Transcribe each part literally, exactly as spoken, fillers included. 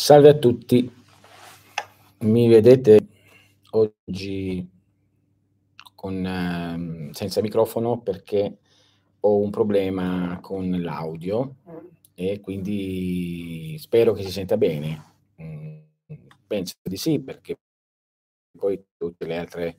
Salve a tutti. Mi vedete oggi con ehm, senza microfono perché ho un problema con l'audio e quindi spero che si senta bene. Mhmm, penso di sì, perché poi tutte le altre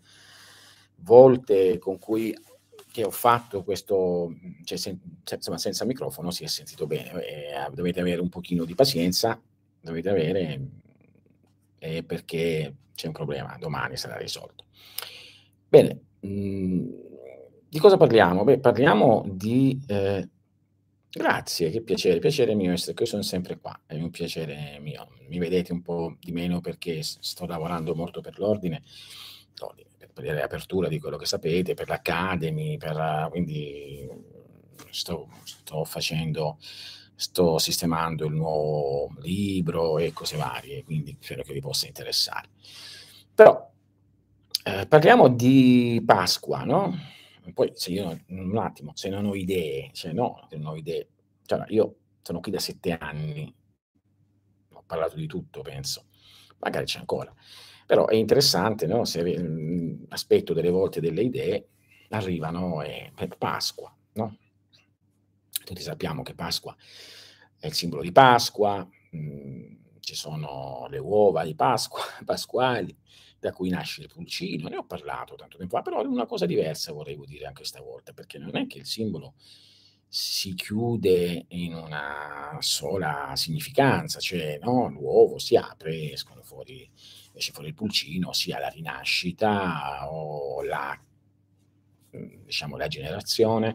volte con cui che ho fatto questo, mhmm, cioè sen cioè insomma senza microfono si è sentito bene. E a dovete avere un pochino di pazienza, dovete avere, mhmm, ehm, perché c'è un problema, domani sarà risolto. Bene, mhmm, di cosa parliamo? Beh, parliamo di ehm grazie, che piacere, piacere mio essere qui, son sempre qua, è un piacere mio. Mi vedete un po' di meno perché s sto lavorando molto per l'ordine, l'ordine, per per le aperture di quello che sapete, per l'Academy, per quindi, mhmm, sto sto facendo sto sistemando il nuovo libro e cose varie, quindi spero che vi possa interessare. Però, ehm, parliamo di Pasqua, no, poi se io un attimo, se non ho idee, cioè no che non ho idee, cioè io sono qui da sette anni, ho parlato di tutto penso, magari c'è ancora, però è interessante, no, se ave mhmm, aspetto delle volte delle idee, arrivano e per Pasqua, no? Tutti sappiamo che Pasqua è il simbolo di Pasqua, mhmm, ci sono le uova di Pasqua, pasquali, da cui nasce il pulcino. Ne ho parlato tanto tempo fa, però una cosa diversa volevo dire anche stavolta, perché non è che il simbolo si chiude in una sola significanza, cioè, no, l'uovo si apre, escono fuori esce fuori il pulcino, sia la rinascita o la mhmm, diciamo la generazione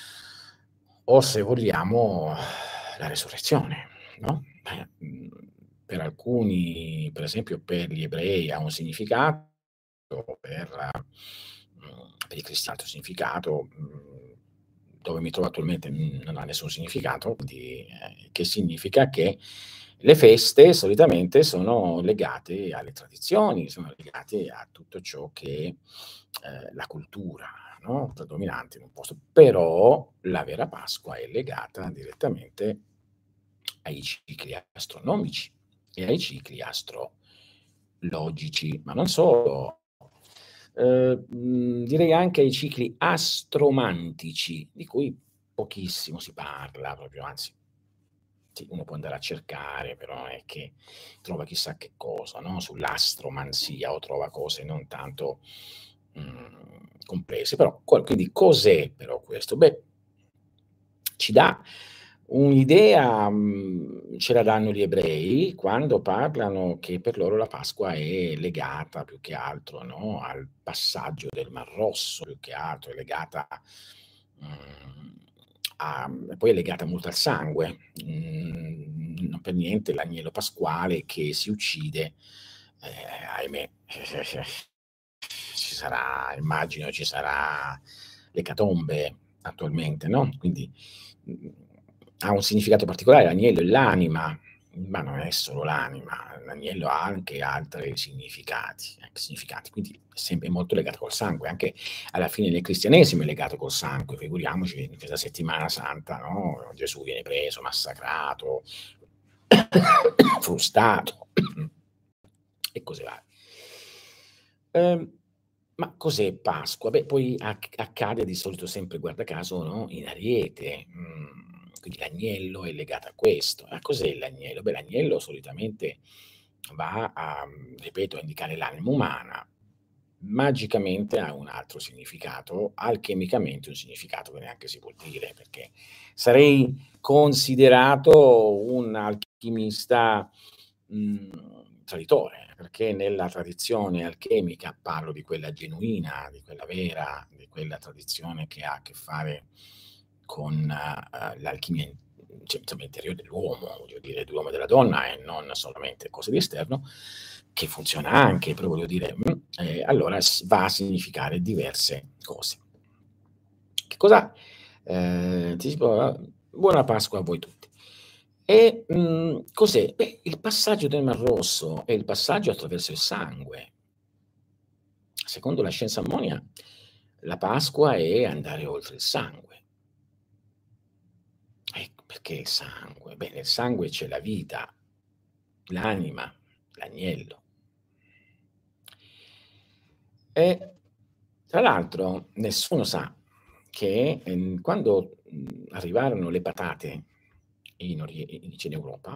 o se vogliamo la resurrezione, no, eh, mhmm, per alcuni, per esempio per gli ebrei ha un significato, per mhmm, per i cristiani ha altro significato, mhmm, dove mi trovo attualmente, mhmm, non ha nessun significato, quindi ehm, che significa che le feste solitamente sono legate alle tradizioni, sono legate a tutto ciò che ehm, la cultura, no, predominante in un posto, però la vera Pasqua è legata direttamente ai cicli astronomici e ai cicli astrologici, ma non solo, ehm, mhmm, direi anche ai cicli astromantici, di cui pochissimo si parla proprio, anzi sì, uno può andare a cercare, però non è che trova chissà che cosa, no, sull'astromanzia o trova cose non tanto, mhmm, complesse. Però qua quindi cos'è però questo? Beh, ci dà un'idea, mhmm, ce la danno gli ebrei quando parlano che per loro la Pasqua è legata più che altro, no, al passaggio del Mar Rosso, più che altro è legata, mhmm, a mhmm, poi è legata molto al sangue, mhmm, non per niente l'agnello pasquale che si uccide, ehm, ahimè, ci sarà immagino ci sarà l'ecatombe attualmente, no, quindi, mhmm, ha un significato particolare, l'agnello è l'anima, ma non è solo l'anima, l'agnello ha anche altri significati anche significati, quindi è sempre molto legato col sangue, anche alla fine il cristianesimo è legato col sangue, figuriamoci in questa settimana santa, no, Gesù viene preso, massacrato, frustato e cose varie. Ehm, ma cos'è Pasqua? Beh, poi acc accade di solito sempre, guarda caso, no, in Ariete, mhmm, quindi l'agnello è legato a questo. Ma cos'è l'agnello? Beh, l'agnello solitamente va a mhmm, ripeto, a indicare l'anima umana. Magicamente ha un altro significato, alchemicamente un significato che neanche si può dire, perché sarei considerato un alchimista, mhmm, traditore, perché nella tradizione alchemica, parlo di quella genuina, di quella vera, di quella tradizione che ha a che fare con, uhm, l'alchimia in cioè insomma interiore dell'uomo, voglio dire, dell'uomo e della donna e non solamente cose di esterno, che funziona anche, però voglio dire, mhmm, ehm, allora s va a significare diverse cose. Che cosa ehm, anticipo buona Pasqua a voi tutti. E, mhmm, cos'è? Beh, il passaggio del Mar Rosso è il passaggio attraverso il sangue. Secondo la scienza ammonia, la Pasqua è andare oltre il sangue. Ecco, perché il sangue? Beh, nel sangue c'è la vita. l'anima, l'agnello. E tra l'altro nessuno sa che, ehm, quando, mhmm, arrivarono le patate in orie in in Europa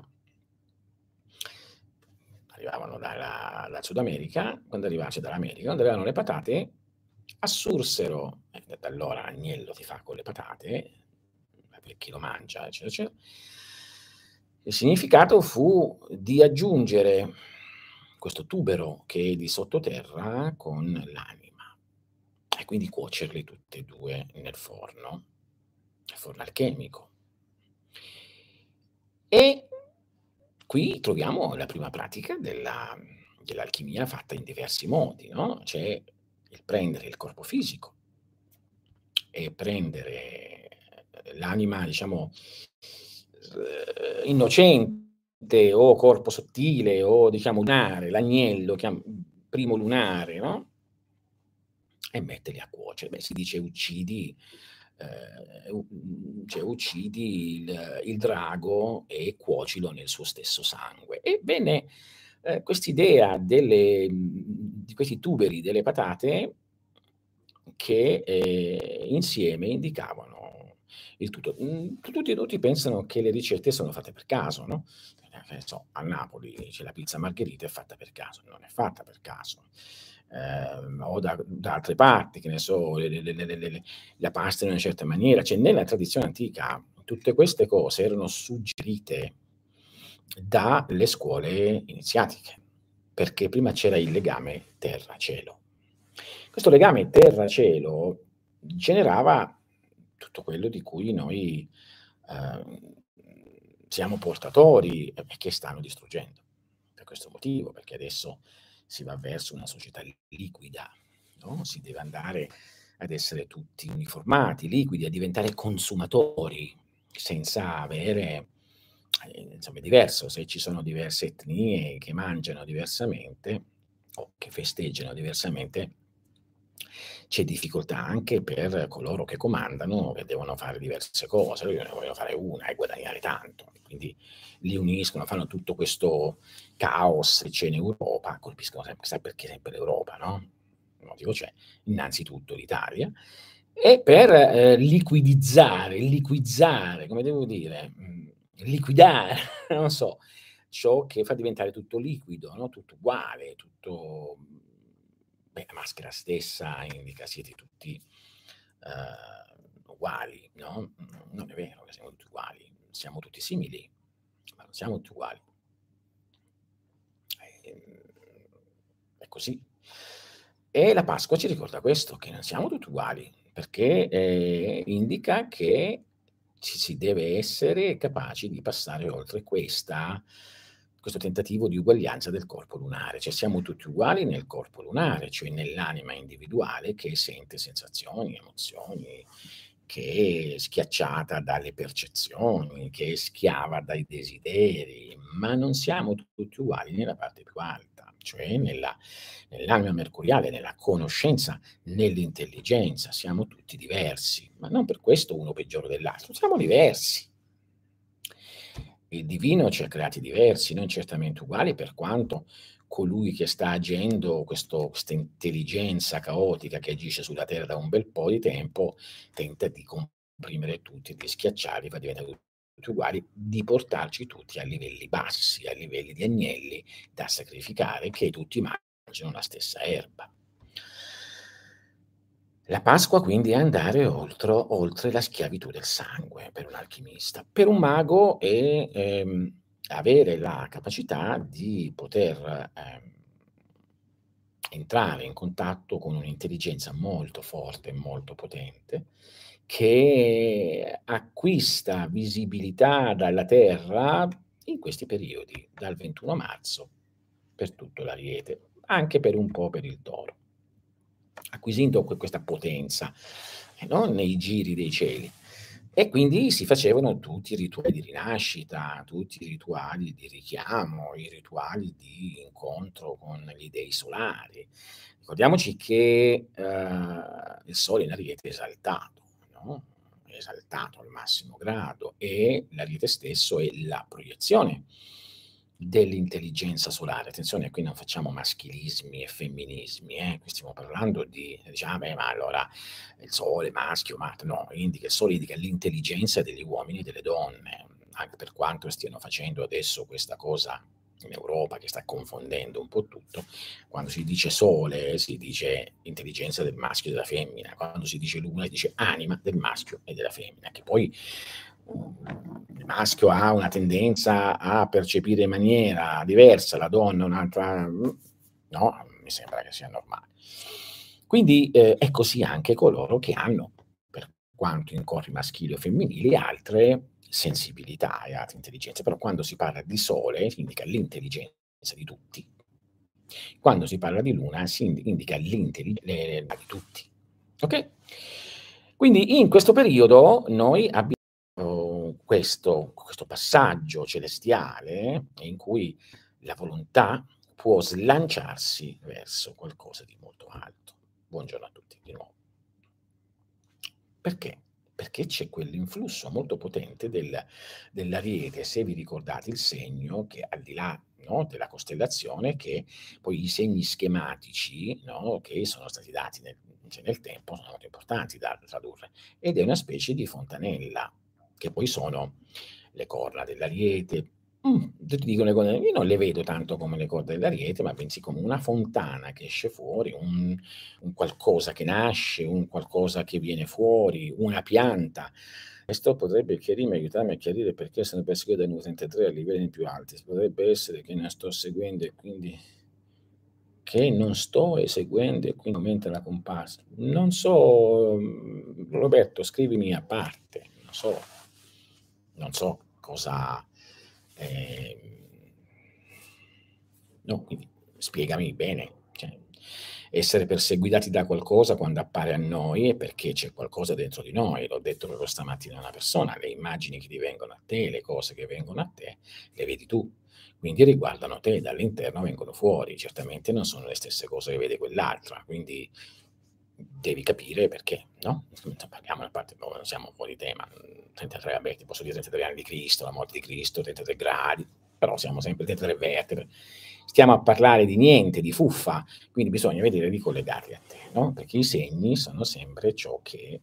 arrivavano dalla dal Sud America, quando arriva cioè dall'America, quando arrivavano le patate assursero, e da da allora l'agnello si fa con le patate, per chi lo mangia, eccetera, eccetera. Il significato fu di aggiungere questo tubero che è di sottoterra con l'anima e quindi cuocerli tutte e due nel forno, nel forno alchemico. E qui troviamo la prima pratica della dell'alchimia fatta in diversi modi, no, c'è il prendere il corpo fisico e prendere, ehm, l'anima diciamo, uhm, innocente o corpo sottile o diciamo lunare, l'agnello, chiam primo lunare, no? E metterli a cuocere. Beh, si dice uccidi, ehm, u mhmm, cioè uccidi il il drago e cuocilo nel suo stesso sangue. E venne, ehm, quest'idea delle mhmm, di questi tuberi delle patate che, ehm, insieme indicavano il tutto. Mhmm, tutti tutti pensano che le ricette sono fatte per caso, no, eh, che ne so, a Napoli c'è la pizza margherita è fatta per caso, non è fatta per caso. Ehm, o da da altre parti, che ne so, le le le le le le la pasta in una certa maniera, cioè nella tradizione antica tutte queste cose erano suggerite dalle scuole iniziatiche, perché prima c'era il legame terra-cielo. Questo legame terra-cielo generava tutto quello di cui noi, ehm, siamo portatori e che stanno distruggendo. Per questo motivo, perché adesso si va verso una società liquida, no, si deve andare ad essere tutti uniformati, liquidi, a diventare consumatori senza avere ehm, insomma è diverso, se ci sono diverse etnie che mangiano diversamente o che festeggiano diversamente, c'è difficoltà anche per coloro che comandano, che devono fare diverse cose, loro ne vogliono fare una e guadagnare tanto, e quindi li uniscono, fanno tutto questo caos che c'è in Europa, colpiscono sempre chissà perché sempre l'Europa, no, il motivo c'è, innanzitutto l'Italia, e per, ehm, liquidizzare, liquizzare, come devo dire, mhmm, liquidare, non so, ciò che fa diventare tutto liquido, no, tutto uguale, tutto mhmm, beh, la maschera stessa indica siete tutti, ehm, uguali, no, mhmm, non è vero che siamo tutti uguali, siamo tutti simili, ma non siamo tutti uguali. Ehm, è così. E la Pasqua ci ricorda questo, che non siamo tutti uguali, perché, ehm, indica che ci si deve essere capaci di passare oltre questa questo tentativo di uguaglianza del corpo lunare, cioè siamo tutti uguali nel corpo lunare, cioè nell'anima individuale che sente sensazioni, emozioni, che è schiacciata dalle percezioni, che è schiava dai desideri, ma non siamo tutti uguali nella parte più alta, cioè nella nell'anima mercuriale, nella conoscenza, nell'intelligenza, siamo tutti diversi, ma non per questo uno peggiore dell'altro, siamo diversi. Il divino ci ha creati diversi, non certamente uguali, per quanto colui che sta agendo, questo questa intelligenza caotica che agisce sulla terra da un bel po' di tempo, tenta di comprimere tutti, di schiacciarli, fa diventare tutti uguali, di portarci tutti a livelli bassi, a livelli di agnelli da sacrificare, che tutti mangiano la stessa erba. La Pasqua quindi è andare oltro oltre la schiavitù del sangue per un alchimista. Per un mago è, ehm, avere la capacità di poter, ehm, entrare in contatto con un'intelligenza molto forte e molto potente, che acquista visibilità dalla Terra in questi periodi, dal ventuno marzo per tutto l'Ariete, anche per un po' per il Toro. Acquisendo que questa potenza, eh, no, nei giri dei cieli. E quindi si facevano tutti i rituali di rinascita, tutti i rituali di richiamo, i rituali di incontro con gli dei solari. Ricordiamoci che, ehm, il sole in Ariete è esaltato, no, è esaltato al massimo grado e l'Ariete stesso è la proiezione dell'intelligenza solare. Attenzione, qui non facciamo maschilismi e femminismi, eh, qui stiamo parlando di dici: "Ah beh, ma allora il sole maschio, ma" no, indica il sole indica l'intelligenza degli uomini e delle donne, anche per quanto stiano facendo adesso questa cosa in Europa che sta confondendo un po' tutto. Quando si dice sole si dice intelligenza del maschio e della femmina, quando si dice luna si dice anima del maschio e della femmina, che poi il maschio ha una tendenza a percepire in maniera diversa, la donna un'altra, mhmm, no, mi sembra che sia normale. Quindi, ehm, è così anche coloro che hanno, per quanto in corpi maschili o femminili, altre sensibilità e altre intelligenze, però quando si parla di sole si indica l'intelligenza di tutti. Quando si parla di luna si indi indica l'intelli le di tutti. Okay? Quindi in questo periodo noi abbiamo questo questo passaggio celestiale in cui la volontà può slanciarsi verso qualcosa di molto alto. Buongiorno a tutti di nuovo. Perché? Perché c'è quell'influsso molto potente del dell'Ariete, se vi ricordate il segno che al di là, no, della costellazione, che poi i segni schematici, no, che sono stati dati nel cioè nel tempo sono molto importanti da tradurre, ed è una specie di fontanella, che poi sono le corna dell'Ariete. Mhmm, tutti dicono le corna io non le vedo tanto come le corna dell'Ariete, ma bensì come una fontana che esce fuori, un un qualcosa che nasce, un qualcosa che viene fuori, una pianta. Questo potrebbe chiarirmi aiutarmi a chiarire perché sono perseguito dai numero trentatré a livelli più alti. Potrebbe essere che non sto seguendo e quindi che non sto eseguendo e quindi aumenta la comparsa. Non so, mhmm, Roberto, scrivimi a parte, non so non so cosa, ehm no, quindi spiegami bene, cioè, essere perseguitati da qualcosa quando appare a noi è perché c'è qualcosa dentro di noi. L'ho detto proprio stamattina a una persona, le immagini che ti vengono a te, le cose che vengono a te, le vedi tu, quindi riguardano te, dall'interno vengono fuori. Certamente non sono le stesse cose che vede quell'altra, quindi devi capire perché, no, parliamo a parte no, siamo fuori tema, mhmm, trentatré vabbè, ti posso dire trentatré anni di Cristo, la morte di Cristo, trentatré gradi, però siamo sempre trentatré vertebre. Stiamo a parlare di niente, di fuffa, quindi bisogna vedere di collegarli a te, no, perché i segni sono sempre ciò che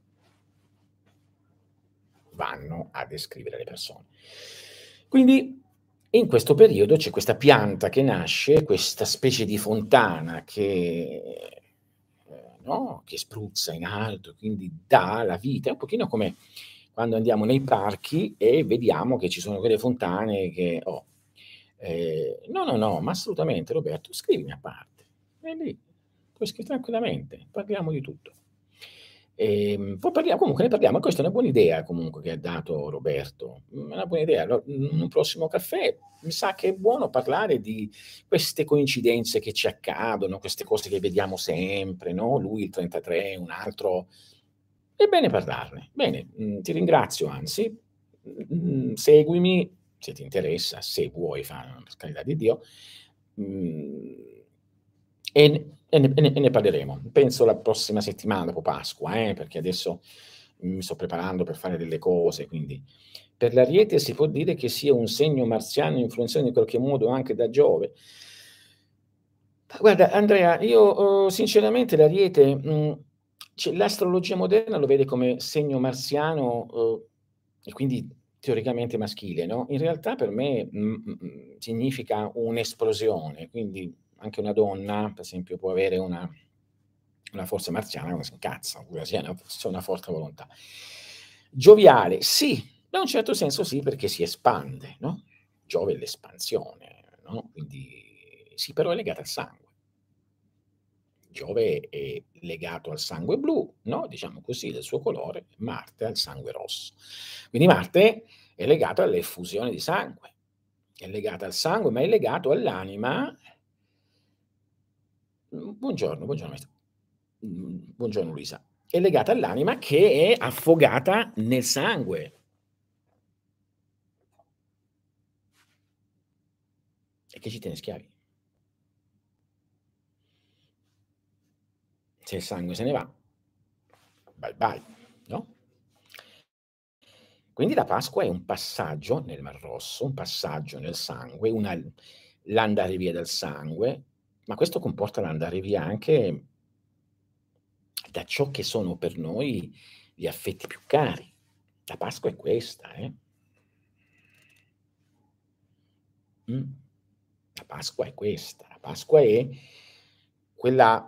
vanno a descrivere le persone. Quindi in questo periodo c'è questa pianta che nasce, questa specie di fontana che ehm, no, che spruzza in alto, quindi dà la vita. È un pochino come quando andiamo nei parchi e vediamo che ci sono quelle fontane che oh, ehm, no, no, no, ma assolutamente Roberto, scrivimi a parte. È lì, puoi scrivere tranquillamente, parliamo di tutto. Ehm, poi parliamo comunque ne parliamo, questa è una buona idea comunque che ha dato Roberto, mhmm, è una buona idea. Allo in un prossimo caffè mi sa che è buono parlare di queste coincidenze che ci accadono, queste cose che vediamo sempre, no, lui il trentatré, un altro è bene parlarne. Bene, mhmm, ti ringrazio anzi, mhmm, seguimi se ti interessa, se vuoi fa per carità di Dio, mhmm, e n e ne e ne e ne parleremo. Penso la prossima settimana dopo Pasqua, eh, perché adesso mi sto preparando per fare delle cose, quindi per l'Ariete si può dire che sia un segno marziano influenzato in qualche modo anche da Giove? Guarda Andrea, io, uhm, sinceramente l'Ariete, mhmm, cioè l'astrologia moderna lo vede come segno marziano, uhm, e quindi teoricamente maschile, no, in realtà per me, mh, mhmm, significa un'esplosione, quindi anche una donna, per esempio, può avere una una forza marziana quando si incazza, oppure se una c'è una forte volontà. Gioviale, sì, da un certo senso sì, perché si espande, no, Giove è l'espansione, no, quindi sì, però è legata al sangue. Giove è legato al sangue blu, no, diciamo così, del suo colore, Marte al sangue rosso. Quindi Marte è legato all'effusione di sangue, è legata al sangue, ma è legato all'anima. Mhmm, buongiorno, buongiorno maestro. Mhmm, buongiorno Luisa. È legata all'anima che è affogata nel sangue. E che ci tiene schiavi. Se il sangue se ne va, bye bye, no? Quindi la Pasqua è un passaggio nel Mar Rosso, un passaggio nel sangue, una l'andare via del sangue, ma questo comporta l'andare via anche da ciò che sono per noi gli affetti più cari. La Pasqua è questa, eh. Mh. La Pasqua è questa, la Pasqua è quella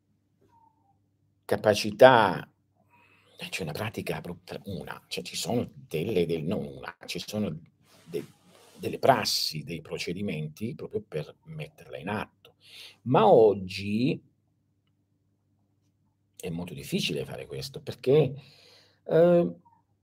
capacità, eh, c'è una pratica pro tra una, cioè ci sono delle del non una, ci sono de delle prassi, dei procedimenti proprio per metterla in atto. Ma oggi è molto difficile fare questo perché, uhm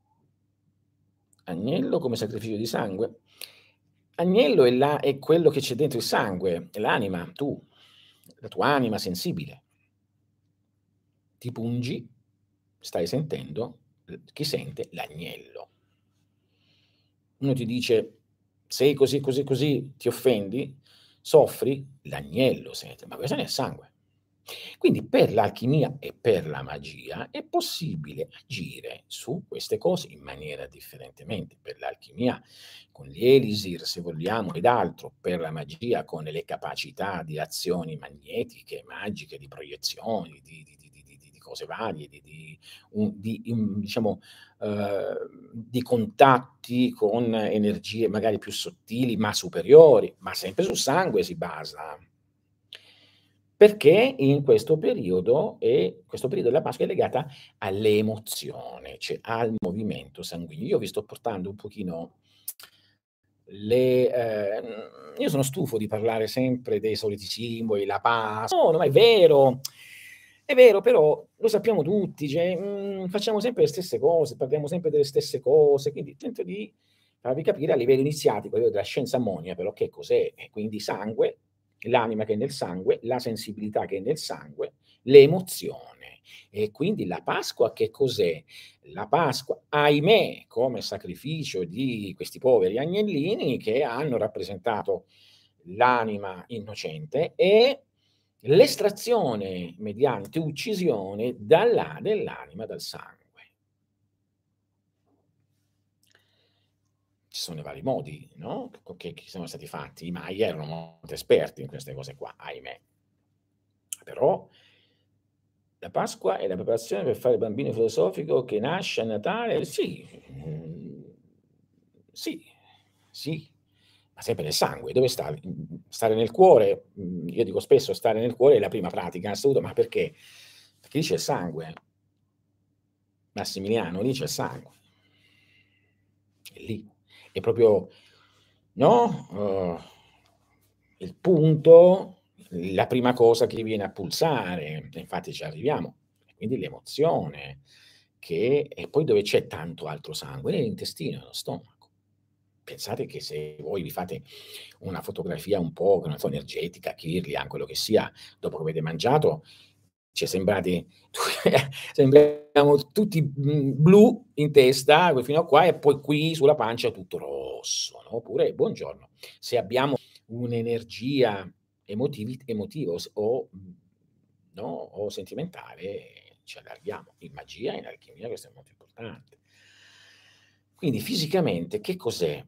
agnello come sacrificio di sangue? Agnello è la è quello che c'è dentro il sangue, è l'anima, tu, la tua anima sensibile. Ti pungi, stai sentendo, l chi sente? L'agnello. Uno ti dice: "Sei così, così, così", ti offendi, soffri, l'agnello sente, ma questo è nel sangue. Quindi per l'alchimia e per la magia è possibile agire su queste cose in maniera differentemente. Per l'alchimia con gli elisir, se vogliamo, ed altro, per la magia con le capacità di azioni magnetiche, magiche, di proiezioni, di di di di di di cose varie, di di un di im diciamo, uhm, di contatti con energie magari più sottili, ma superiori, ma sempre sul sangue si basa. Perché in questo periodo e questo periodo della Pasqua è legata all'emozione, cioè al movimento sanguigno. Io vi sto portando un pochino le ehm, io sono stufo di parlare sempre dei soliti simboli, la Pas no, no, ma è vero, è vero, però lo sappiamo tutti, cioè, mhmm, facciamo sempre le stesse cose, parliamo sempre delle stesse cose, quindi tento di farvi capire a livello iniziatico, a livello della scienza ammonia però che cos'è, e quindi sangue, l'anima che è nel sangue, la sensibilità che è nel sangue, l'emozione. E quindi la Pasqua che cos'è? La Pasqua, ahimè, come sacrificio di questi poveri agnellini che hanno rappresentato l'anima innocente e l'estrazione mediante uccisione dalla dell'anima dal sangue. Ci sono i vari modi, no, co che che sono stati fatti. I Maya erano molto esperti in queste cose qua, ahimè. Però la Pasqua è la preparazione per fare il bambino filosofico che nasce a Natale? Sì, mhmm, sì, sì, ma sempre nel sangue. Dove sta? Mhmm, stare nel cuore? Mhmm, io dico spesso stare nel cuore è la prima pratica in assoluto, ma perché? Perché lì c'è il sangue. Massimiliano, lì c'è il sangue. È lì. È proprio, no, uhm, il punto, la prima cosa che viene a pulsare, e infatti ci arriviamo. E quindi l'emozione che e poi dove c'è tanto altro sangue? Nell'intestino, nello stomaco. Pensate che se voi vi fate una fotografia un po', che ne so, energetica, Kirlian, quello che sia, dopo che avete mangiato, cioè sembrate sembriamo tutti, mhmm, blu in testa, fino a qua e poi qui sulla pancia tutto rosso, no, oppure buongiorno, se abbiamo un'energia emotivi emotivo s o, mhmm, no, o sentimentale ci allarghiamo. In magia, in alchimia questo è molto importante. Quindi fisicamente che cos'è?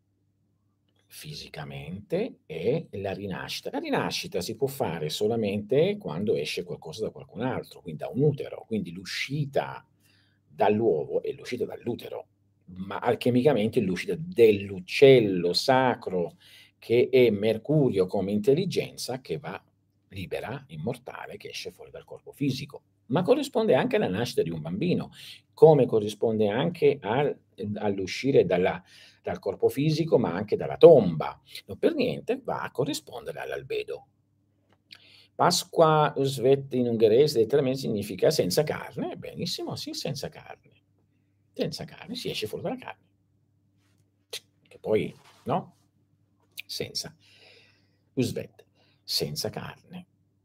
Fisicamente è la rinascita. La rinascita si può fare solamente quando esce qualcosa da qualcun altro, quindi da un utero, quindi l'uscita dall'uovo è l'uscita dall'utero, ma alchemicamente è l'uscita dell'uccello sacro che è Mercurio come intelligenza che va libera, immortale, che esce fuori dal corpo fisico. Ma corrisponde anche alla nascita di un bambino, come corrisponde anche al ehm, all'uscire dalla dal corpo fisico, ma anche dalla tomba. Non per niente va a corrispondere all'albedo. Pasqua Svet in ungherese letteralmente significa senza carne, benissimo, sì, senza carne. Senza carne, si esce fuori dalla carne. Che poi, no, senza. Svet, senza carne.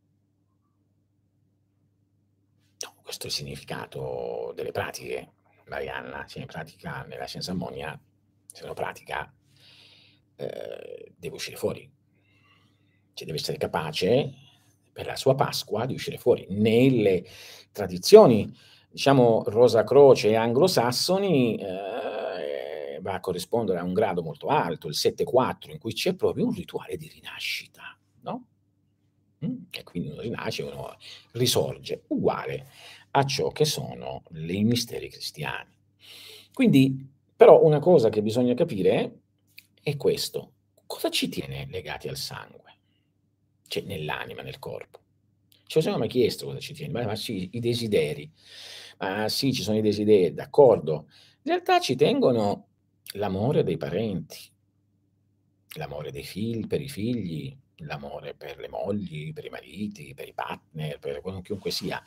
No, questo è il significato delle pratiche, Marianna, se ne pratica nella scienza ammonia, se lo pratica, ehm, deve uscire fuori. Cioè deve essere capace, per la sua Pasqua, di uscire fuori. Nelle tradizioni, diciamo, Rosa Croce e anglosassoni, ehm, va a corrispondere a un grado molto alto, il sette quattro, in cui c'è proprio un rituale di rinascita, no? Mh, e quindi uno rinasce, uno risorge, uguale a ciò che sono le i misteri cristiani. Quindi però una cosa che bisogna capire è questo: cosa ci tiene legati al sangue? Cioè nell'anima, nel corpo. Ce lo siamo mai chiesto cosa ci tiene? Ma ma sì, i desideri. Ma sì, ci sono i desideri, d'accordo. In realtà ci tengono l'amore dei parenti, l'amore dei figli per i figli, l'amore per le mogli, per i mariti, per i partner, per quan chiunque sia.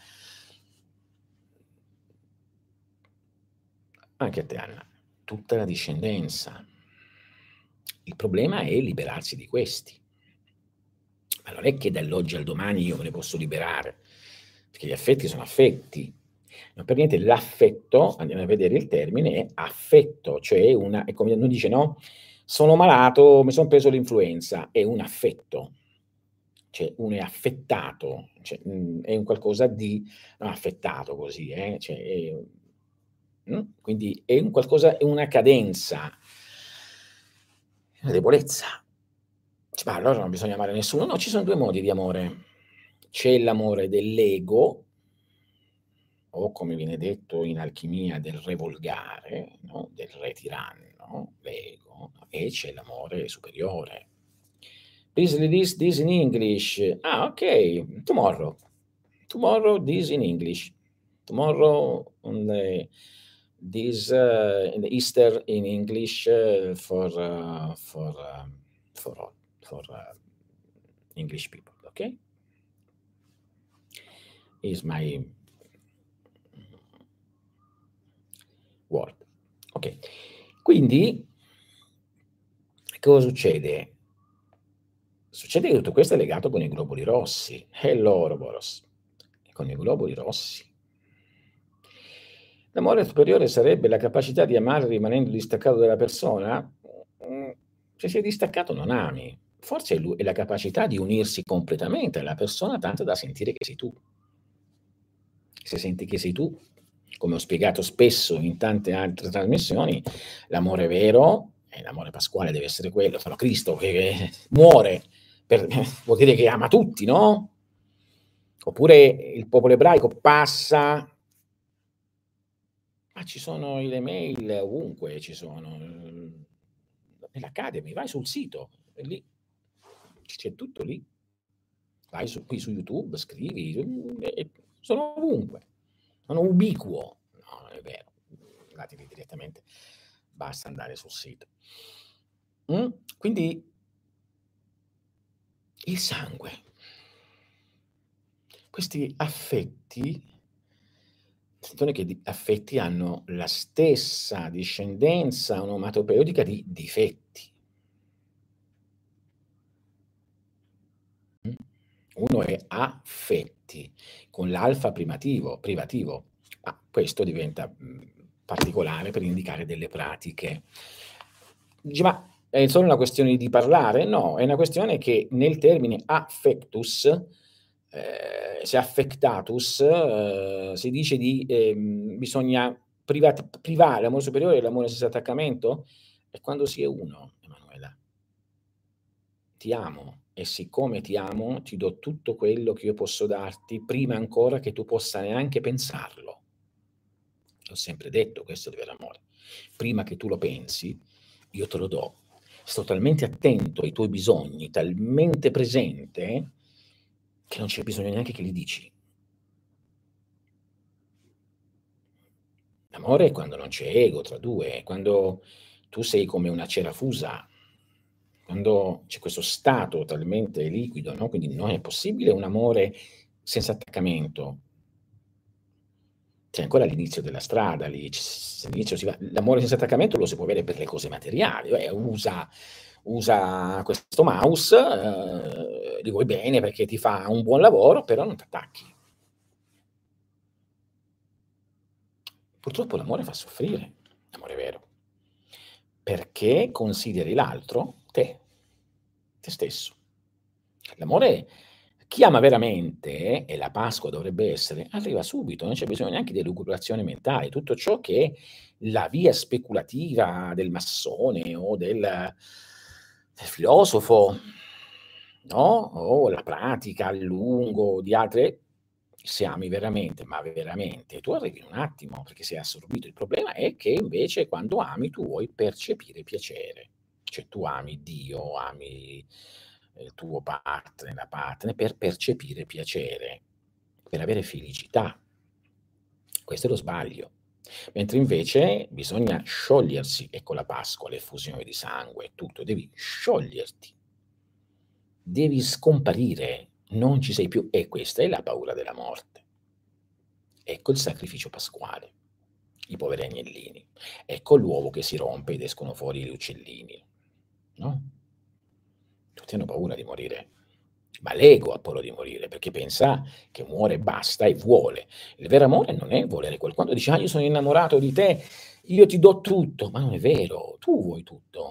Anche a te Anna, tutta la discendenza. Il problema è liberarsi di questi. Ma non è che dall'oggi al domani io me ne posso liberare, perché gli affetti sono affetti. Non per niente l'affetto, andiamo a vedere il termine, è affetto, cioè una è come uno dice, no: "Sono malato, mi son preso l'influenza", è un affetto. Cioè uno è affettato, cioè, mhmm, è un qualcosa di non affettato così, eh, cioè è mh, quindi è un qualcosa è una cadenza. Una debolezza. Dici: "Ma allora non bisogna amare nessuno". No, ci son due modi di amore. C'è l'amore dell'ego, o come viene detto in alchimia del re volgare, no, del re tiranno, l'ego, e c'è l'amore superiore. Please this this in English. Ah, okay, tomorrow. Tomorrow this in English. Tomorrow on the this, uh, in the Easter in English, uh, for, uh, for, um, for all, for, uh, English people, okay? Is my word. Okay. Quindi cosa succede? Succede che tutto questo è legato con i globuli rossi. Hello Ouroboros. Con i globuli rossi. L'amore superiore sarebbe la capacità di amare rimanendo distaccato dalla persona? Mhmm, se sei distaccato non ami. Forse è lu è la capacità di unirsi completamente alla persona tanto da sentire che sei tu. Se senti che sei tu, come ho spiegato spesso in tante altre trasmissioni, l'amore vero, e l'amore pasquale deve essere quello, sarà Cristo che che muore per vuol dire che ama tutti, no, oppure il popolo ebraico passa ma ci sono le mail ovunque, ci sono, uhm, nell'Academy, vai sul sito, è lì. C'è tutto lì. Vai su qui su YouTube, scrivi, mhmm, e sono ovunque. Sono ubiquo. No, non è vero. Andate lì direttamente, basta andare sul sito. Mh? Quindi il sangue. Questi affetti attenzione che di affetti hanno la stessa discendenza onomatopeica di difetti. Mh? Uno è affetti, con l'alfa primativo privativo, ma questo diventa, mhmm, particolare per indicare delle pratiche. Dici: "Ma è solo una questione di parlare?" No, è una questione che nel termine affectus, ehm, se affectatus, uhm, si dice di ehm, bisogna privat privare l'amore superiore e l'amore senza attaccamento? È quando si è uno, Emanuela. Ti amo e siccome ti amo, ti do tutto quello che io posso darti prima ancora che tu possa neanche pensarlo. L'ho sempre detto questo del vero amore. Prima che tu lo pensi, io te lo do. Sto talmente attento ai tuoi bisogni, talmente presente, che non c'è bisogno neanche che li dici. L'amore è quando non c'è ego tra due, è quando tu sei come una cera fusa, quando c'è questo stato talmente liquido, no, quindi non è possibile un amore senza attaccamento. Sei ancora all'inizio della strada lì, c s all'inizio si va l'amore senza attaccamento lo si può avere per le cose materiali, eh, usa usa questo mouse, uhm, gli vuoi bene perché ti fa un buon lavoro, però non t'attacchi. Purtroppo l'amore fa soffrire, l'amore vero, perché consideri l'altro te, te stesso. L'amore Chi ama veramente, e la Pasqua dovrebbe essere, arriva subito, non c'è bisogno neanche di elucubrazione mentale. Tutto ciò che è la via speculativa del massone o del del filosofo, no, o la pratica a lungo di altre, se ami veramente, ma veramente, tu arrivi in un attimo, perché sei assorbito. Il problema è che invece quando ami tu vuoi percepire piacere, cioè tu ami Dio, ami il tuo partner, la partner per percepire piacere, per avere felicità. Questo è lo sbaglio. Mentre invece bisogna sciogliersi, ecco la Pasqua, l'effusione di sangue e tutto, devi scioglierti. Devi scomparire, non ci sei più, e questa è la paura della morte. Ecco il sacrificio pasquale, i poveri agnellini. Ecco l'uovo che si rompe ed escono fuori gli uccellini, no? Tutti hanno paura di morire, ma l'ego ha paura di morire perché pensa che muore e basta e vuole. Il vero amore non è volere quel quando dici: "Ah, io sono innamorato di te, io ti do tutto", ma non è vero, tu vuoi tutto.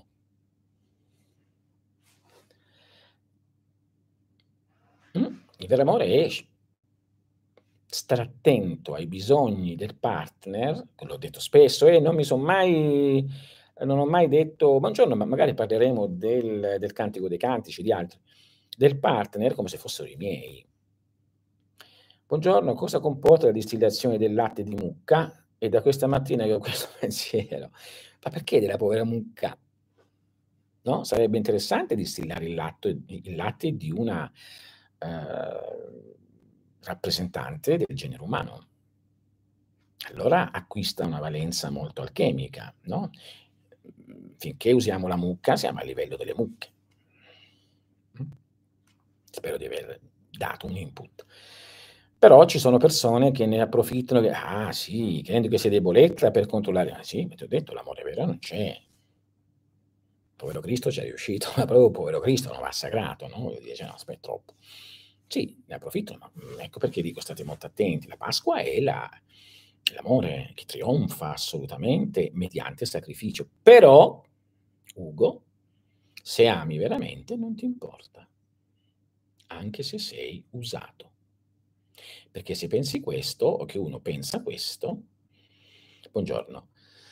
Mh? Il vero amore è sc stare attento ai bisogni del partner, l'ho detto spesso, e non mi son mai non ho mai detto buongiorno, ma magari parleremo del del Cantico dei Cantici, di altri, del partner come se fossero i miei. Buongiorno, cosa comporta la distillazione del latte di mucca? E da questa mattina che ho questo pensiero, ma perché della povera mucca? No, sarebbe interessante distillare il latto il latte di una, ehm, rappresentante del genere umano. Allora acquista una valenza molto alchemica, no, mhmm, finché usiamo la mucca siamo a livello delle mucche. Mh. Spero di aver dato un input. Però ci sono persone che ne approfittano che: "Ah sì, credi che sia debolezza per controllare", ah sì, ma ti ho detto l'amore vero non c'è. Povero Cristo ci è riuscito, ma proprio povero Cristo l'hanno massacrato, no, voglio dire, cioè no, aspe è troppo. Sì, ne approfittano, ma, mhmm, ecco perché dico state molto attenti. La Pasqua è la l'amore che trionfa assolutamente mediante il sacrificio. Però, Ugo, se ami veramente non ti importa, anche se sei usato. Perché se pensi questo, o che uno pensa questo, buongiorno,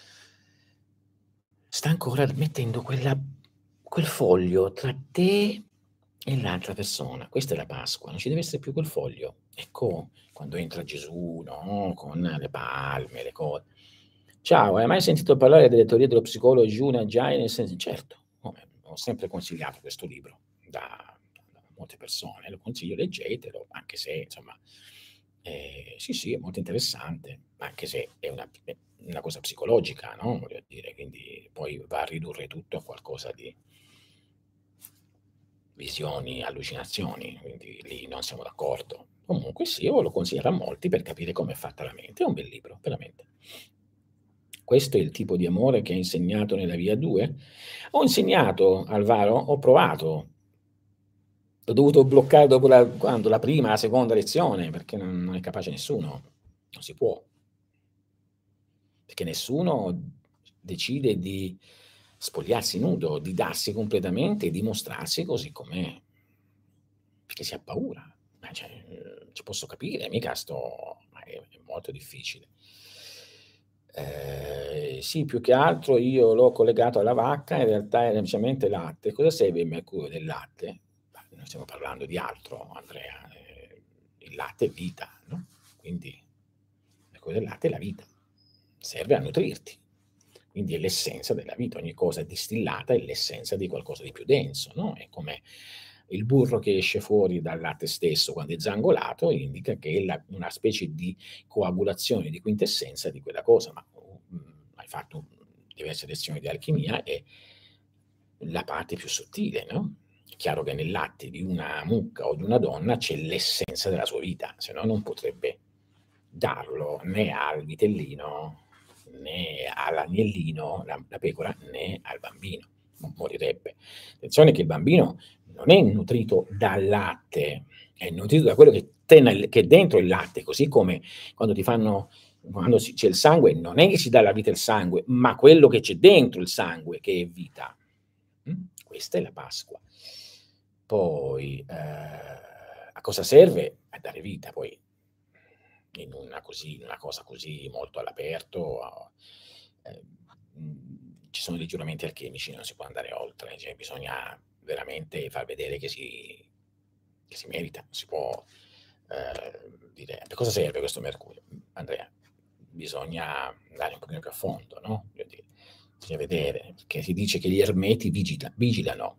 sta ancora mettendo quella quel foglio tra te e l'altra persona. Questa è la Pasqua, non ci deve essere più quel foglio. Ecco, quando entra Gesù, no, con le palme, le co "Ciao, hai mai sentito parlare delle teorie dello psicologo Jung Ajayi?" Nel senso certo, come, ho sempre consigliato questo libro da da molte persone, lo consiglio, leggetelo, anche se insomma, ehm, sì, sì, è molto interessante, anche se è una è una cosa psicologica, no, voglio dire, quindi poi va a ridurre tutto a qualcosa di visioni, allucinazioni, quindi lì non siamo d'accordo. Comunque sì, io lo consiglierò a molti per capire come è fatta la mente. È un bel libro, veramente. Questo è il tipo di amore che hai insegnato nella via due? Ho insegnato, Alvaro, ho provato. L'ho dovuto bloccare dopo la quando? La prima, la seconda lezione, perché non non è capace nessuno. Non si può. Perché nessuno decide di spogliarsi nudo, di darsi completamente e di mostrarsi così com'è. Perché si ha paura. Ma cioè, uhm, ci posso capire, mica sto ma è è molto difficile. Ehm, sì, più che altro io l'ho collegato alla vacca, in realtà è semplicemente latte. Cosa serve il mercurio del latte? Ma noi stiamo parlando di altro, Andrea, ehm, il latte è vita, no, quindi il mercurio del latte è la vita, serve a nutrirti, quindi è l'essenza della vita, ogni cosa distillata è l'essenza di qualcosa di più denso, no, è come il burro che esce fuori dal latte stesso quando è zangolato, indica che è la una specie di coagulazione, di quintessenza di quella cosa, ma, mhmm, hai fatto diverse lezioni di alchimia, è la parte più sottile, no, è chiaro che nel latte di una mucca o di una donna c'è l'essenza della sua vita, se no non potrebbe darlo né al vitellino, né all'agnellino, la la pecora, né al bambino, mo morirebbe. Attenzione che il bambino non è nutrito dal latte, è nutrito da quello che te nel che è dentro il latte, così come quando ti fanno quando si c'è il sangue, non è che si dà la vita al sangue, ma quello che c'è dentro il sangue che è vita. Mh? Questa è la Pasqua. Poi, ehm, a cosa serve? A dare vita, poi in una così in una cosa così molto all'aperto, a ehm, mhmm, ci sono dei giuramenti alchemici, non si può andare oltre, cioè bisogna veramente far vedere che si che si merita, non si può, ehm, dire: "Per cosa serve questo mercurio?" Mhmm, Andrea, bisogna andare un pochino più a fondo, no, voglio dire, bisogna vedere, perché si dice che gli ermeti vigita vigilano.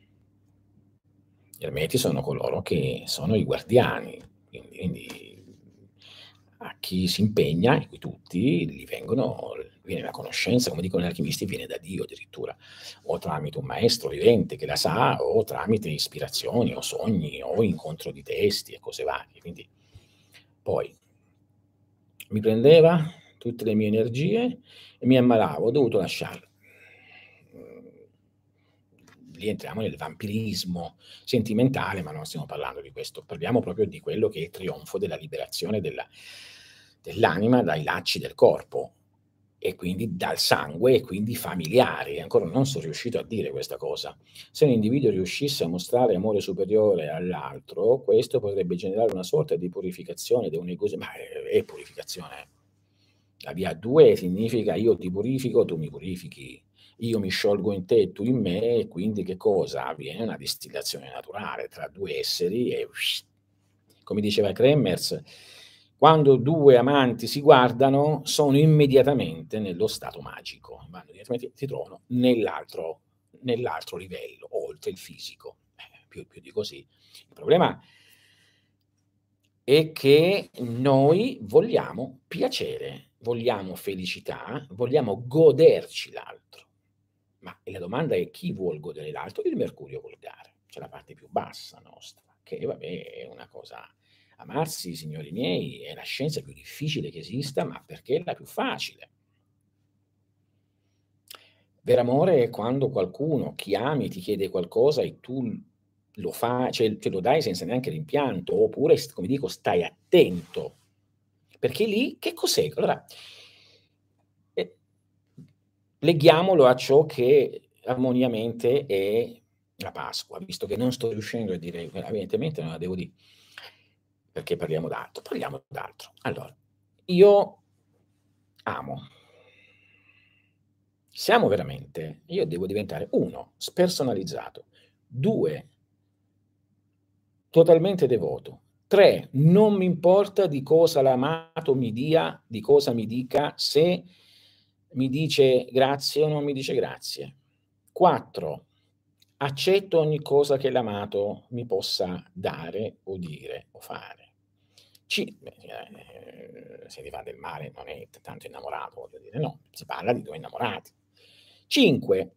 Gli ermeti sono coloro che sono i guardiani, quindi quindi a chi si impegna, e qui tutti, gli vengono viene la conoscenza, come dicono gli alchimisti, viene da Dio addirittura, o tramite un maestro vivente che la sa, o tramite ispirazioni, o sogni, o incontro di testi e cose varie. Quindi poi mi prendeva tutte le mie energie e mi ammalavo, ho dovuto lasciarla. Mhmm, Lì entriamo nel vampirismo sentimentale, ma non stiamo parlando di questo, parliamo proprio di quello che è il trionfo della liberazione della dell'anima dai lacci del corpo e quindi dal sangue e quindi familiari. Ancora non son riuscito a dire questa cosa. Se un individuo riuscisse a mostrare amore superiore all'altro, questo potrebbe generare una sorta di purificazione, di un egos ma è è purificazione. La via due significa: io ti purifico, tu mi purifichi. Io mi sciolgo in te e tu in me, e quindi che cosa? Avviene una distillazione naturale tra due esseri e come diceva Kremers, quando due amanti si guardano sono immediatamente nello stato magico, vanno direttamente si trovano nell'altro nell'altro livello, oltre il fisico. Eh, più più di così. Il problema è che noi vogliamo piacere, vogliamo felicità, vogliamo goderci l'altro. Ma e la domanda è: chi vuol godere l'altro? Il mercurio volgare, cioè la parte più bassa nostra, che vabbè è una cosa amarsi, signori miei, è la scienza più difficile che esista, ma perché è la più facile. Vero amore è quando qualcuno, chi ami, ti chiede qualcosa e tu l lo fa cioè ce lo dai senza neanche rimpianto, oppure st come dico, stai attento, perché lì che cos'è? Allora, ehm, leghiamolo a ciò che armoniamente è la Pasqua, visto che non sto riuscendo a dire eh, evidentemente non la devo dì, perché parliamo d'altro. Parliamo d'altro. Allora, io amo. Siamo veramente io devo diventare uno spersonalizzato, due totalmente devoto, tre non mi importa di cosa l'amato mi dia, di cosa mi dica, se mi dice grazie o non mi dice grazie. quattro accetto ogni cosa che l'amato mi possa dare o dire o fare. Ci beh, ehm, se ti fa del male non è t tanto innamorato, voglio dire, no, si parla di due innamorati. cinque